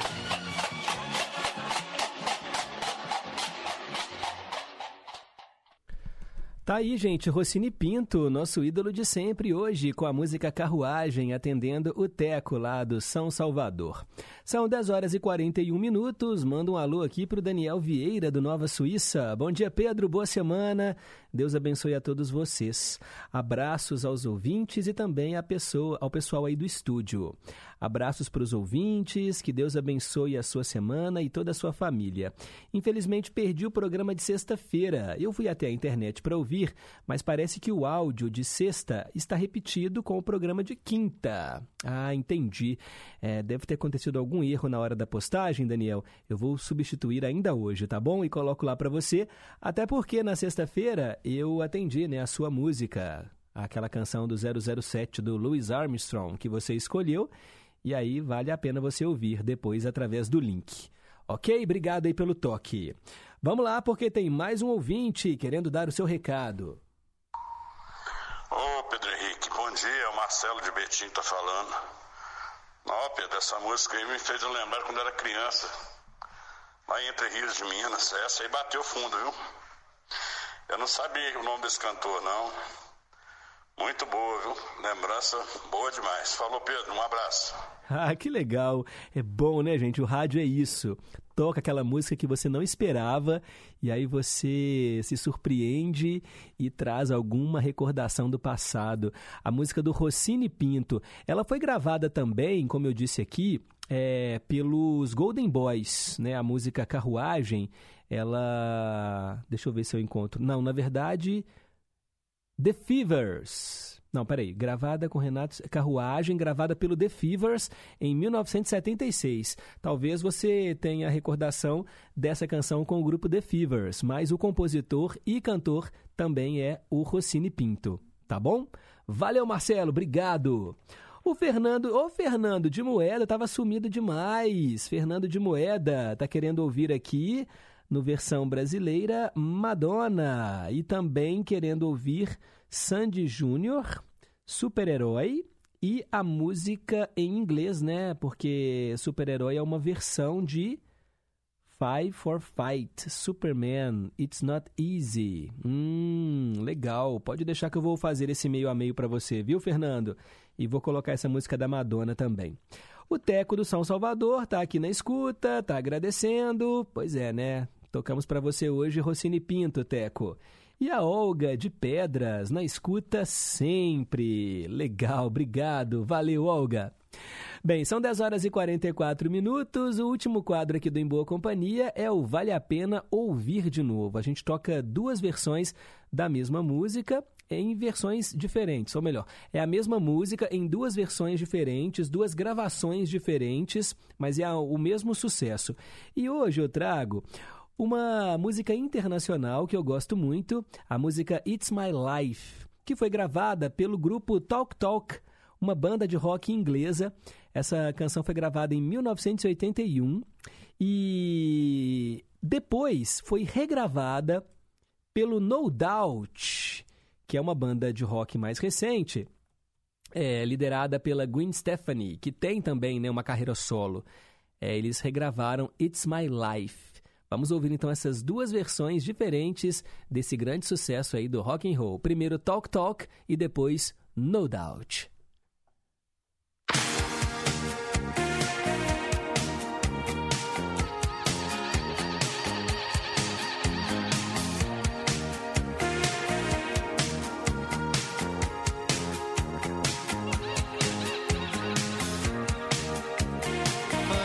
Tá aí, gente, Rossini Pinto, nosso ídolo de sempre, hoje com a música Carruagem, atendendo o Teco lá do São Salvador. São dez horas e quarenta e um minutos, manda um alô aqui pro Daniel Vieira, do Nova Suíça. Bom dia, Pedro, boa semana, Deus abençoe a todos vocês. Abraços aos ouvintes e também a pessoa, ao pessoal aí do estúdio. Abraços para os ouvintes, que Deus abençoe a sua semana e toda a sua família. Infelizmente perdi o programa de sexta-feira, eu fui até a internet para ouvir, mas parece que o áudio de sexta está repetido com o programa de quinta. Ah, entendi. É, deve ter acontecido algum erro na hora da postagem, Daniel. Eu vou substituir ainda hoje, tá bom? E coloco lá para você, até porque na sexta-feira eu atendi, né, a sua música, aquela canção do zero zero sete do Louis Armstrong que você escolheu, e aí vale a pena você ouvir depois através do link. Ok? Obrigado aí pelo toque. Vamos lá, porque tem mais um ouvinte querendo dar o seu recado. Ô, Pedro Henrique, bom dia, é o Marcelo de Betim que tá falando. Não, Pedro, essa música aí me fez eu lembrar quando eu era criança, lá em Entre Rios de Minas. Essa aí bateu fundo, viu? Eu não sabia o nome desse cantor, não. Muito boa, viu? Lembrança boa demais. Falou, Pedro, um abraço. Ah, que legal. É bom, né, gente? O rádio é isso. Toca aquela música que você não esperava e aí você se surpreende e traz alguma recordação do passado. A música do Rossini Pinto, ela foi gravada também, como eu disse aqui, é, pelos Golden Boys, né? A música Carruagem, ela... Deixa eu ver se eu encontro. Não, na verdade... The Fevers. Não, peraí. Gravada com Renato... Carruagem, gravada pelo The Fevers em mil novecentos e setenta e seis. Talvez você tenha recordação dessa canção com o grupo The Fevers, mas o compositor e cantor também é o Rossini Pinto. Tá bom? Valeu, Marcelo. Obrigado. O Fernando... Ô, Fernando de Moeda, tava sumido demais. Fernando de Moeda tá querendo ouvir aqui... no versão brasileira, Madonna, e também querendo ouvir Sandy Júnior, Super-Herói, e a música em inglês, né? Porque Super-Herói é uma versão de Five for Fight, Superman, It's Not Easy. Hum, legal. Pode deixar que eu vou fazer esse meio a meio para você, viu, Fernando? E vou colocar essa música da Madonna também. O Teco do São Salvador tá aqui na escuta, tá agradecendo. Pois é, né? Tocamos para você hoje Rossini Pinto, Teco. E a Olga de Pedras, na escuta sempre. Legal, obrigado. Valeu, Olga. Bem, são dez horas e quarenta e quatro minutos. O último quadro aqui do Em Boa Companhia é o Vale a Pena Ouvir de Novo. A gente toca duas versões da mesma música em versões diferentes, ou melhor, é a mesma música em duas versões diferentes, duas gravações diferentes, mas é o mesmo sucesso. E hoje eu trago uma música internacional que eu gosto muito, a música It's My Life, que foi gravada pelo grupo Talk Talk, uma banda de rock inglesa. Essa canção foi gravada em mil novecentos e oitenta e um e depois foi regravada pelo No Doubt, que é uma banda de rock mais recente, é, liderada pela Gwen Stefani, que tem também, né, uma carreira solo. É, eles regravaram It's My Life. Vamos ouvir então essas duas versões diferentes desse grande sucesso aí do rock and roll. Primeiro Talk Talk e depois No Doubt. My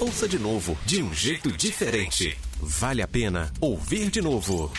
Ouça de novo, de um jeito diferente. Vale a pena ouvir de novo.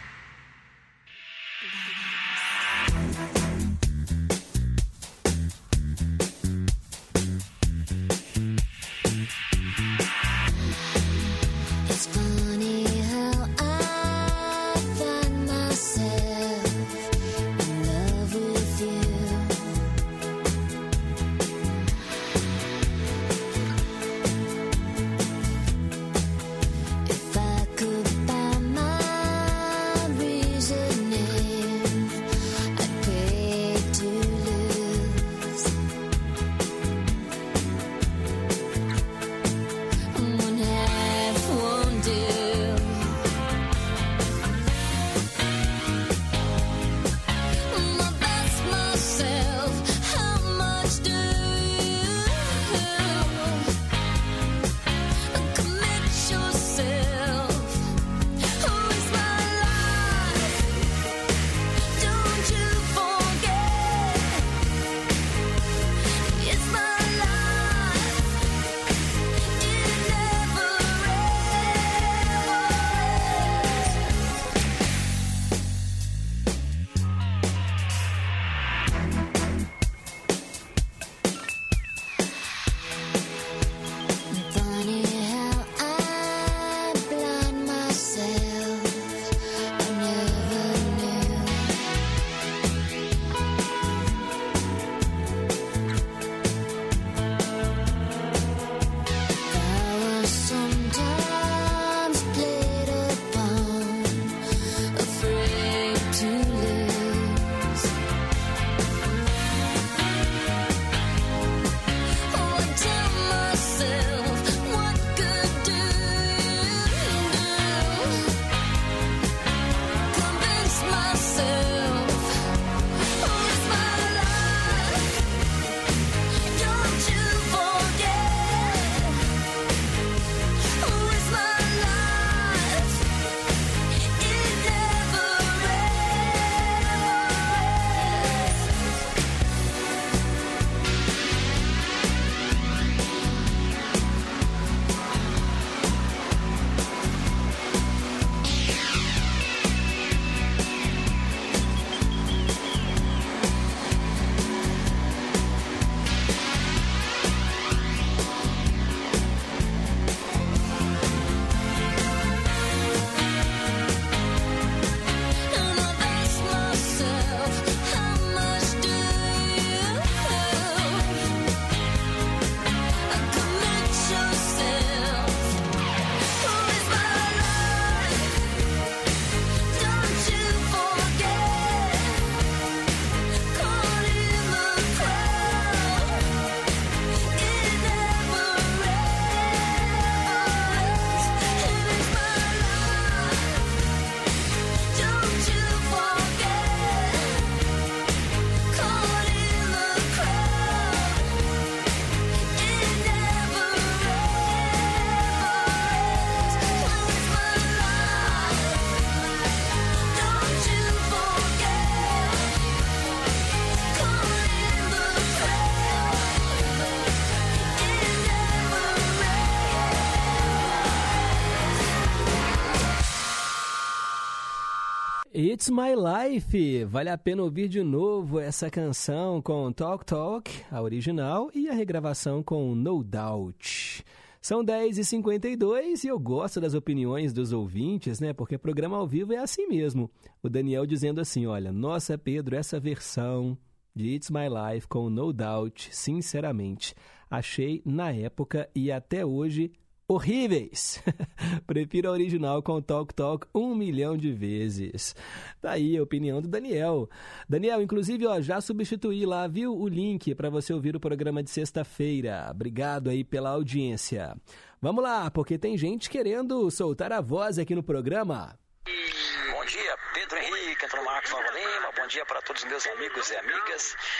It's My Life, vale a pena ouvir de novo essa canção com Talk Talk, a original, e a regravação com No Doubt. São dez e cinquenta e dois e eu gosto das opiniões dos ouvintes, né? Porque programa ao vivo é assim mesmo. O Daniel dizendo assim, olha, nossa Pedro, essa versão de It's My Life com No Doubt, sinceramente, achei na época e até hoje horríveis. Prefiro a original com Talk Talk um milhão de vezes. Tá aí a opinião do Daniel. Daniel, inclusive, ó, já substituí lá, viu, o link para você ouvir o programa de sexta-feira. Obrigado aí pela audiência. Vamos lá, porque tem gente querendo soltar a voz aqui no programa. Bom dia, Pedro Henrique, Antônio Marcos Nova Lima. Bom dia para todos os meus amigos e amigas.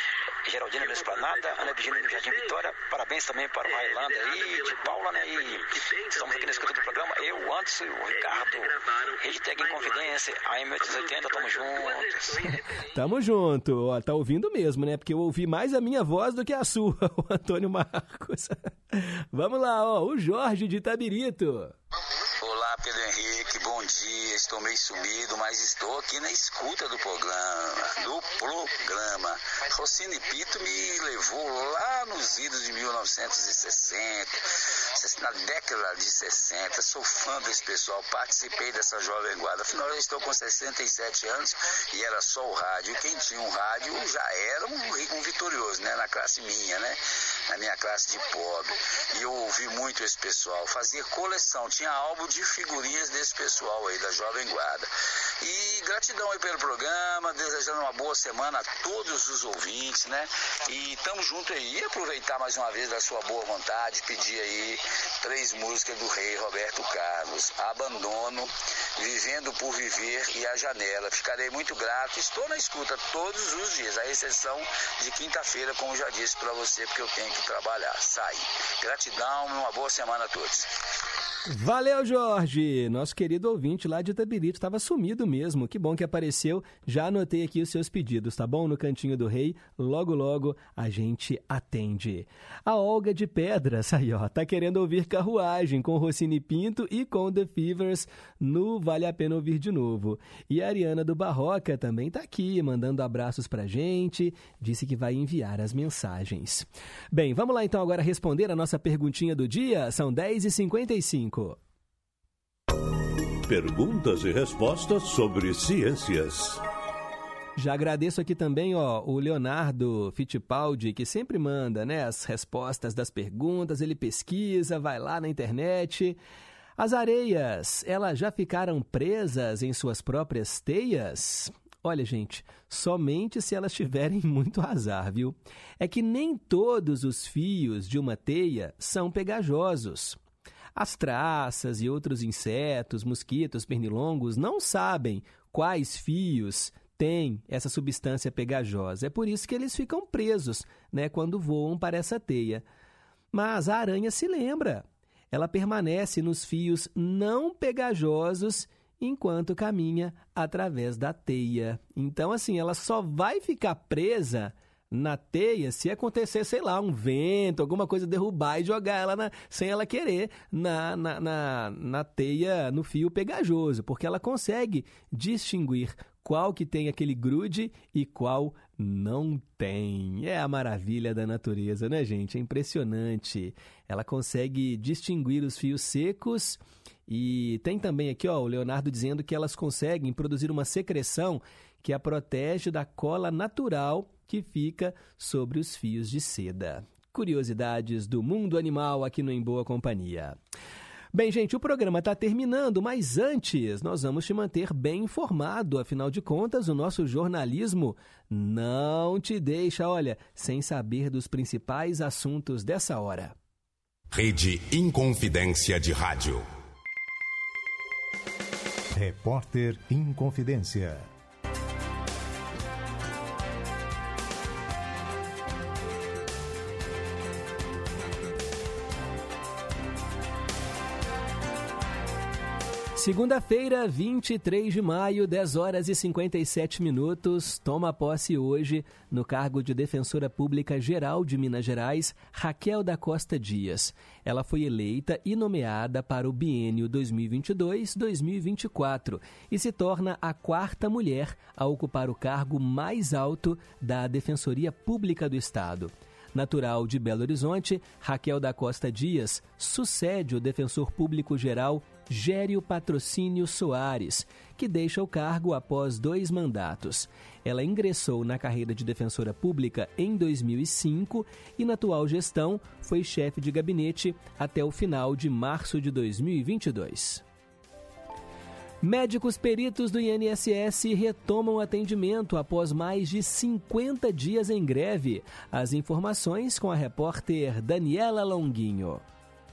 Geraldina no Esplanada, Ana Virgínia no Jardim Vitória. Parabéns também para o Railanda aí, de Paula, né? E estamos aqui na escuta do programa. Eu, Anderson, o Ricardo, Rede Tec em Confidência, A M oitocentos e oitenta, tamo juntos. Tamo junto. Ó, tá ouvindo mesmo, né? Porque eu ouvi mais a minha voz do que a sua, o Antônio Marcos. Vamos lá, ó, o Jorge de Itabirito. Olá, Pedro Henrique, bom dia. Estou meio sumido, mas estou aqui na escuta do programa. Do programa. Rossini Pinto me levou lá nos idos de mil novecentos e sessenta, na década de sessenta. Sou fã desse pessoal, participei dessa jovem guarda. Afinal, eu estou com sessenta e sete anos e era só o rádio. Quem tinha um rádio já era um, um vitorioso, né? Na classe minha, né? Na minha classe de pobre. E eu ouvi muito esse pessoal. Fazia coleção, tinha álbum de figurinhas desse pessoal aí, da Jovem Guarda. E gratidão aí pelo programa, desejando uma boa semana a todos os ouvintes, né? E tamo junto aí. E aproveitar mais uma vez da sua boa vontade, pedir aí três músicas do rei Roberto Carlos: Abandono, Vivendo por Viver e A Janela. Ficarei muito grato. Estou na escuta todos os dias, à exceção de quinta-feira, como já disse para você, porque eu tenho que trabalhar. Sair. Gratidão e uma boa semana a todos. Valeu, Jorge! Nosso querido ouvinte lá de Itabirito estava sumido mesmo. Que bom que apareceu. Já anotei aqui os seus pedidos, tá bom? No Cantinho do Rei. Logo, logo a gente atende. A Olga de Pedras, aí ó, tá querendo ouvir Carruagem com Rossini Pinto e com The Fevers no Vale a Pena Ouvir de Novo. E a Ariana do Barroca também tá aqui, mandando abraços pra gente. Disse que vai enviar as mensagens. Bem, vamos lá então agora responder a nossa perguntinha do dia. São dez e cinquenta e cinco. Perguntas e respostas sobre ciências. Já agradeço aqui também, ó, o Leonardo Fittipaldi, que sempre manda, né, as respostas das perguntas, ele pesquisa, vai lá na internet. As areias, elas já ficaram presas em suas próprias teias? Olha, gente, somente se elas tiverem muito azar, viu? É que nem todos os fios de uma teia são pegajosos. As traças e outros insetos, mosquitos, pernilongos, não sabem quais fios têm essa substância pegajosa. É por isso que eles ficam presos, né, quando voam para essa teia. Mas a aranha se lembra. Ela permanece nos fios não pegajosos enquanto caminha através da teia. Então, assim, ela só vai ficar presa na teia se acontecer, sei lá, um vento, alguma coisa derrubar e jogar ela na, sem ela querer na, na, na, na teia, no fio pegajoso, porque ela consegue distinguir qual que tem aquele grude e qual não tem. É a maravilha da natureza, né, gente? É impressionante. Ela consegue distinguir os fios secos e tem também aqui, ó, o Leonardo dizendo que elas conseguem produzir uma secreção que a protege da cola natural que fica sobre os fios de seda. Curiosidades do mundo animal aqui no Em Boa Companhia. Bem, gente, o programa está terminando, mas antes nós vamos te manter bem informado. Afinal de contas, o nosso jornalismo não te deixa, olha, sem saber dos principais assuntos dessa hora. Rede Inconfidência de Rádio. Repórter Inconfidência. Segunda-feira, vinte e três de maio, dez horas e cinquenta e sete minutos, toma posse hoje, no cargo de Defensora Pública Geral de Minas Gerais, Raquel da Costa Dias. Ela foi eleita e nomeada para o biênio dois mil e vinte e dois a dois mil e vinte e quatro e se torna a quarta mulher a ocupar o cargo mais alto da Defensoria Pública do Estado. Natural de Belo Horizonte, Raquel da Costa Dias sucede o defensor público geral Gério Patrocínio Soares, que deixa o cargo após dois mandatos. Ela ingressou na carreira de defensora pública em dois mil e cinco e na atual gestão foi chefe de gabinete até o final de março de dois mil e vinte e dois. Médicos peritos do I N S S retomam atendimento após mais de cinquenta dias em greve. As informações com a repórter Daniela Longuinho.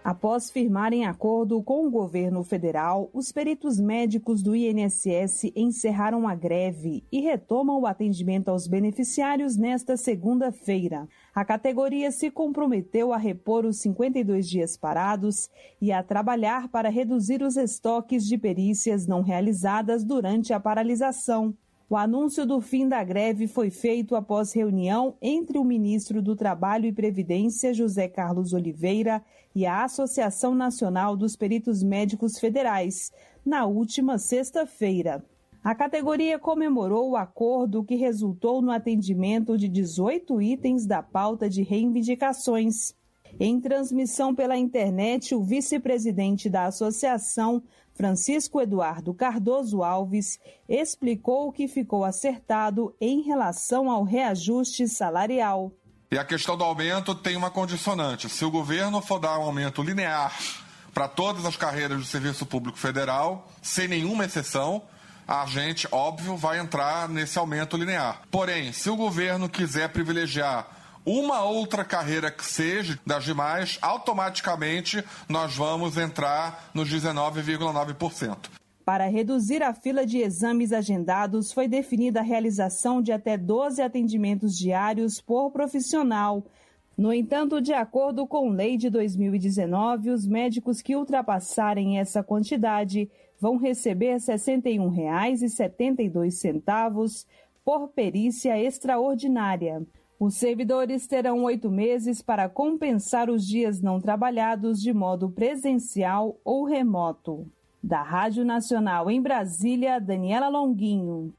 Após firmarem acordo com o governo federal, os peritos médicos do I N S S encerraram a greve e retomam o atendimento aos beneficiários nesta segunda-feira. A categoria se comprometeu a repor os cinquenta e dois dias parados e a trabalhar para reduzir os estoques de perícias não realizadas durante a paralisação. O anúncio do fim da greve foi feito após reunião entre o ministro do Trabalho e Previdência, José Carlos Oliveira, e a Associação Nacional dos Peritos Médicos Federais, na última sexta-feira. A categoria comemorou o acordo que resultou no atendimento de dezoito itens da pauta de reivindicações. Em transmissão pela internet, o vice-presidente da associação, Francisco Eduardo Cardoso Alves, explicou o que ficou acertado em relação ao reajuste salarial. E a questão do aumento tem uma condicionante. Se o governo for dar um aumento linear para todas as carreiras do Serviço Público Federal, sem nenhuma exceção, a gente, óbvio, vai entrar nesse aumento linear. Porém, se o governo quiser privilegiar uma outra carreira que seja das demais, automaticamente nós vamos entrar nos dezenove vírgula nove por cento. Para reduzir a fila de exames agendados, foi definida a realização de até doze atendimentos diários por profissional. No entanto, de acordo com a lei de dois mil e dezenove, os médicos que ultrapassarem essa quantidade vão receber sessenta e um reais e setenta e dois centavos por perícia extraordinária. Os servidores terão oito meses para compensar os dias não trabalhados de modo presencial ou remoto. Da Rádio Nacional em Brasília, Daniela Longuinho.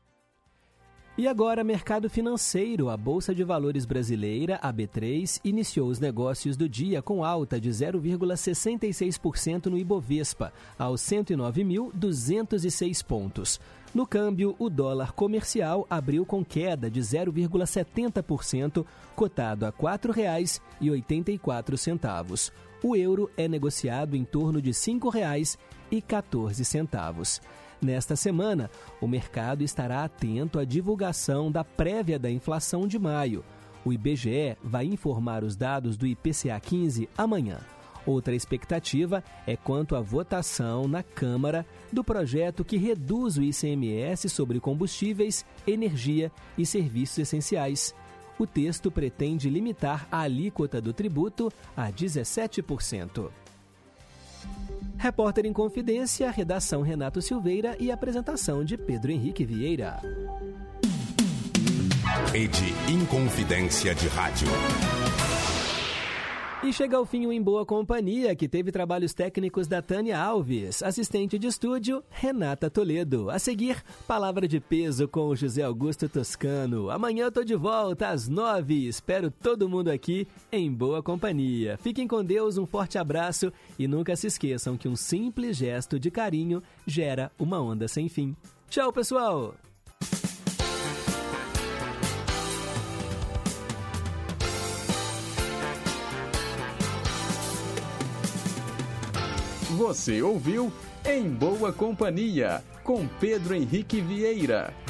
E agora, mercado financeiro. A Bolsa de Valores brasileira, a B três, iniciou os negócios do dia com alta de zero vírgula sessenta e seis por cento no Ibovespa, aos cento e nove mil duzentos e seis pontos. No câmbio, o dólar comercial abriu com queda de zero vírgula setenta por cento, cotado a quatro reais e oitenta e quatro centavos. O euro é negociado em torno de cinco reais e quatorze centavos. Nesta semana, o mercado estará atento à divulgação da prévia da inflação de maio. O I B G E vai informar os dados do I P C A quinze amanhã. Outra expectativa é quanto à votação na Câmara do projeto que reduz o I C M S sobre combustíveis, energia e serviços essenciais. O texto pretende limitar a alíquota do tributo a dezessete por cento. Repórter em Confidência, redação Renato Silveira e apresentação de Pedro Henrique Vieira. Rede Inconfidência de Rádio. E chega ao fim o Em Boa Companhia, que teve trabalhos técnicos da Tânia Alves, assistente de estúdio, Renata Toledo. A seguir, Palavra de Peso com o José Augusto Toscano. Amanhã eu tô de volta às nove. Espero todo mundo aqui em Boa Companhia. Fiquem com Deus, um forte abraço e nunca se esqueçam que um simples gesto de carinho gera uma onda sem fim. Tchau, pessoal! Você ouviu Em Boa Companhia, com Pedro Henrique Vieira.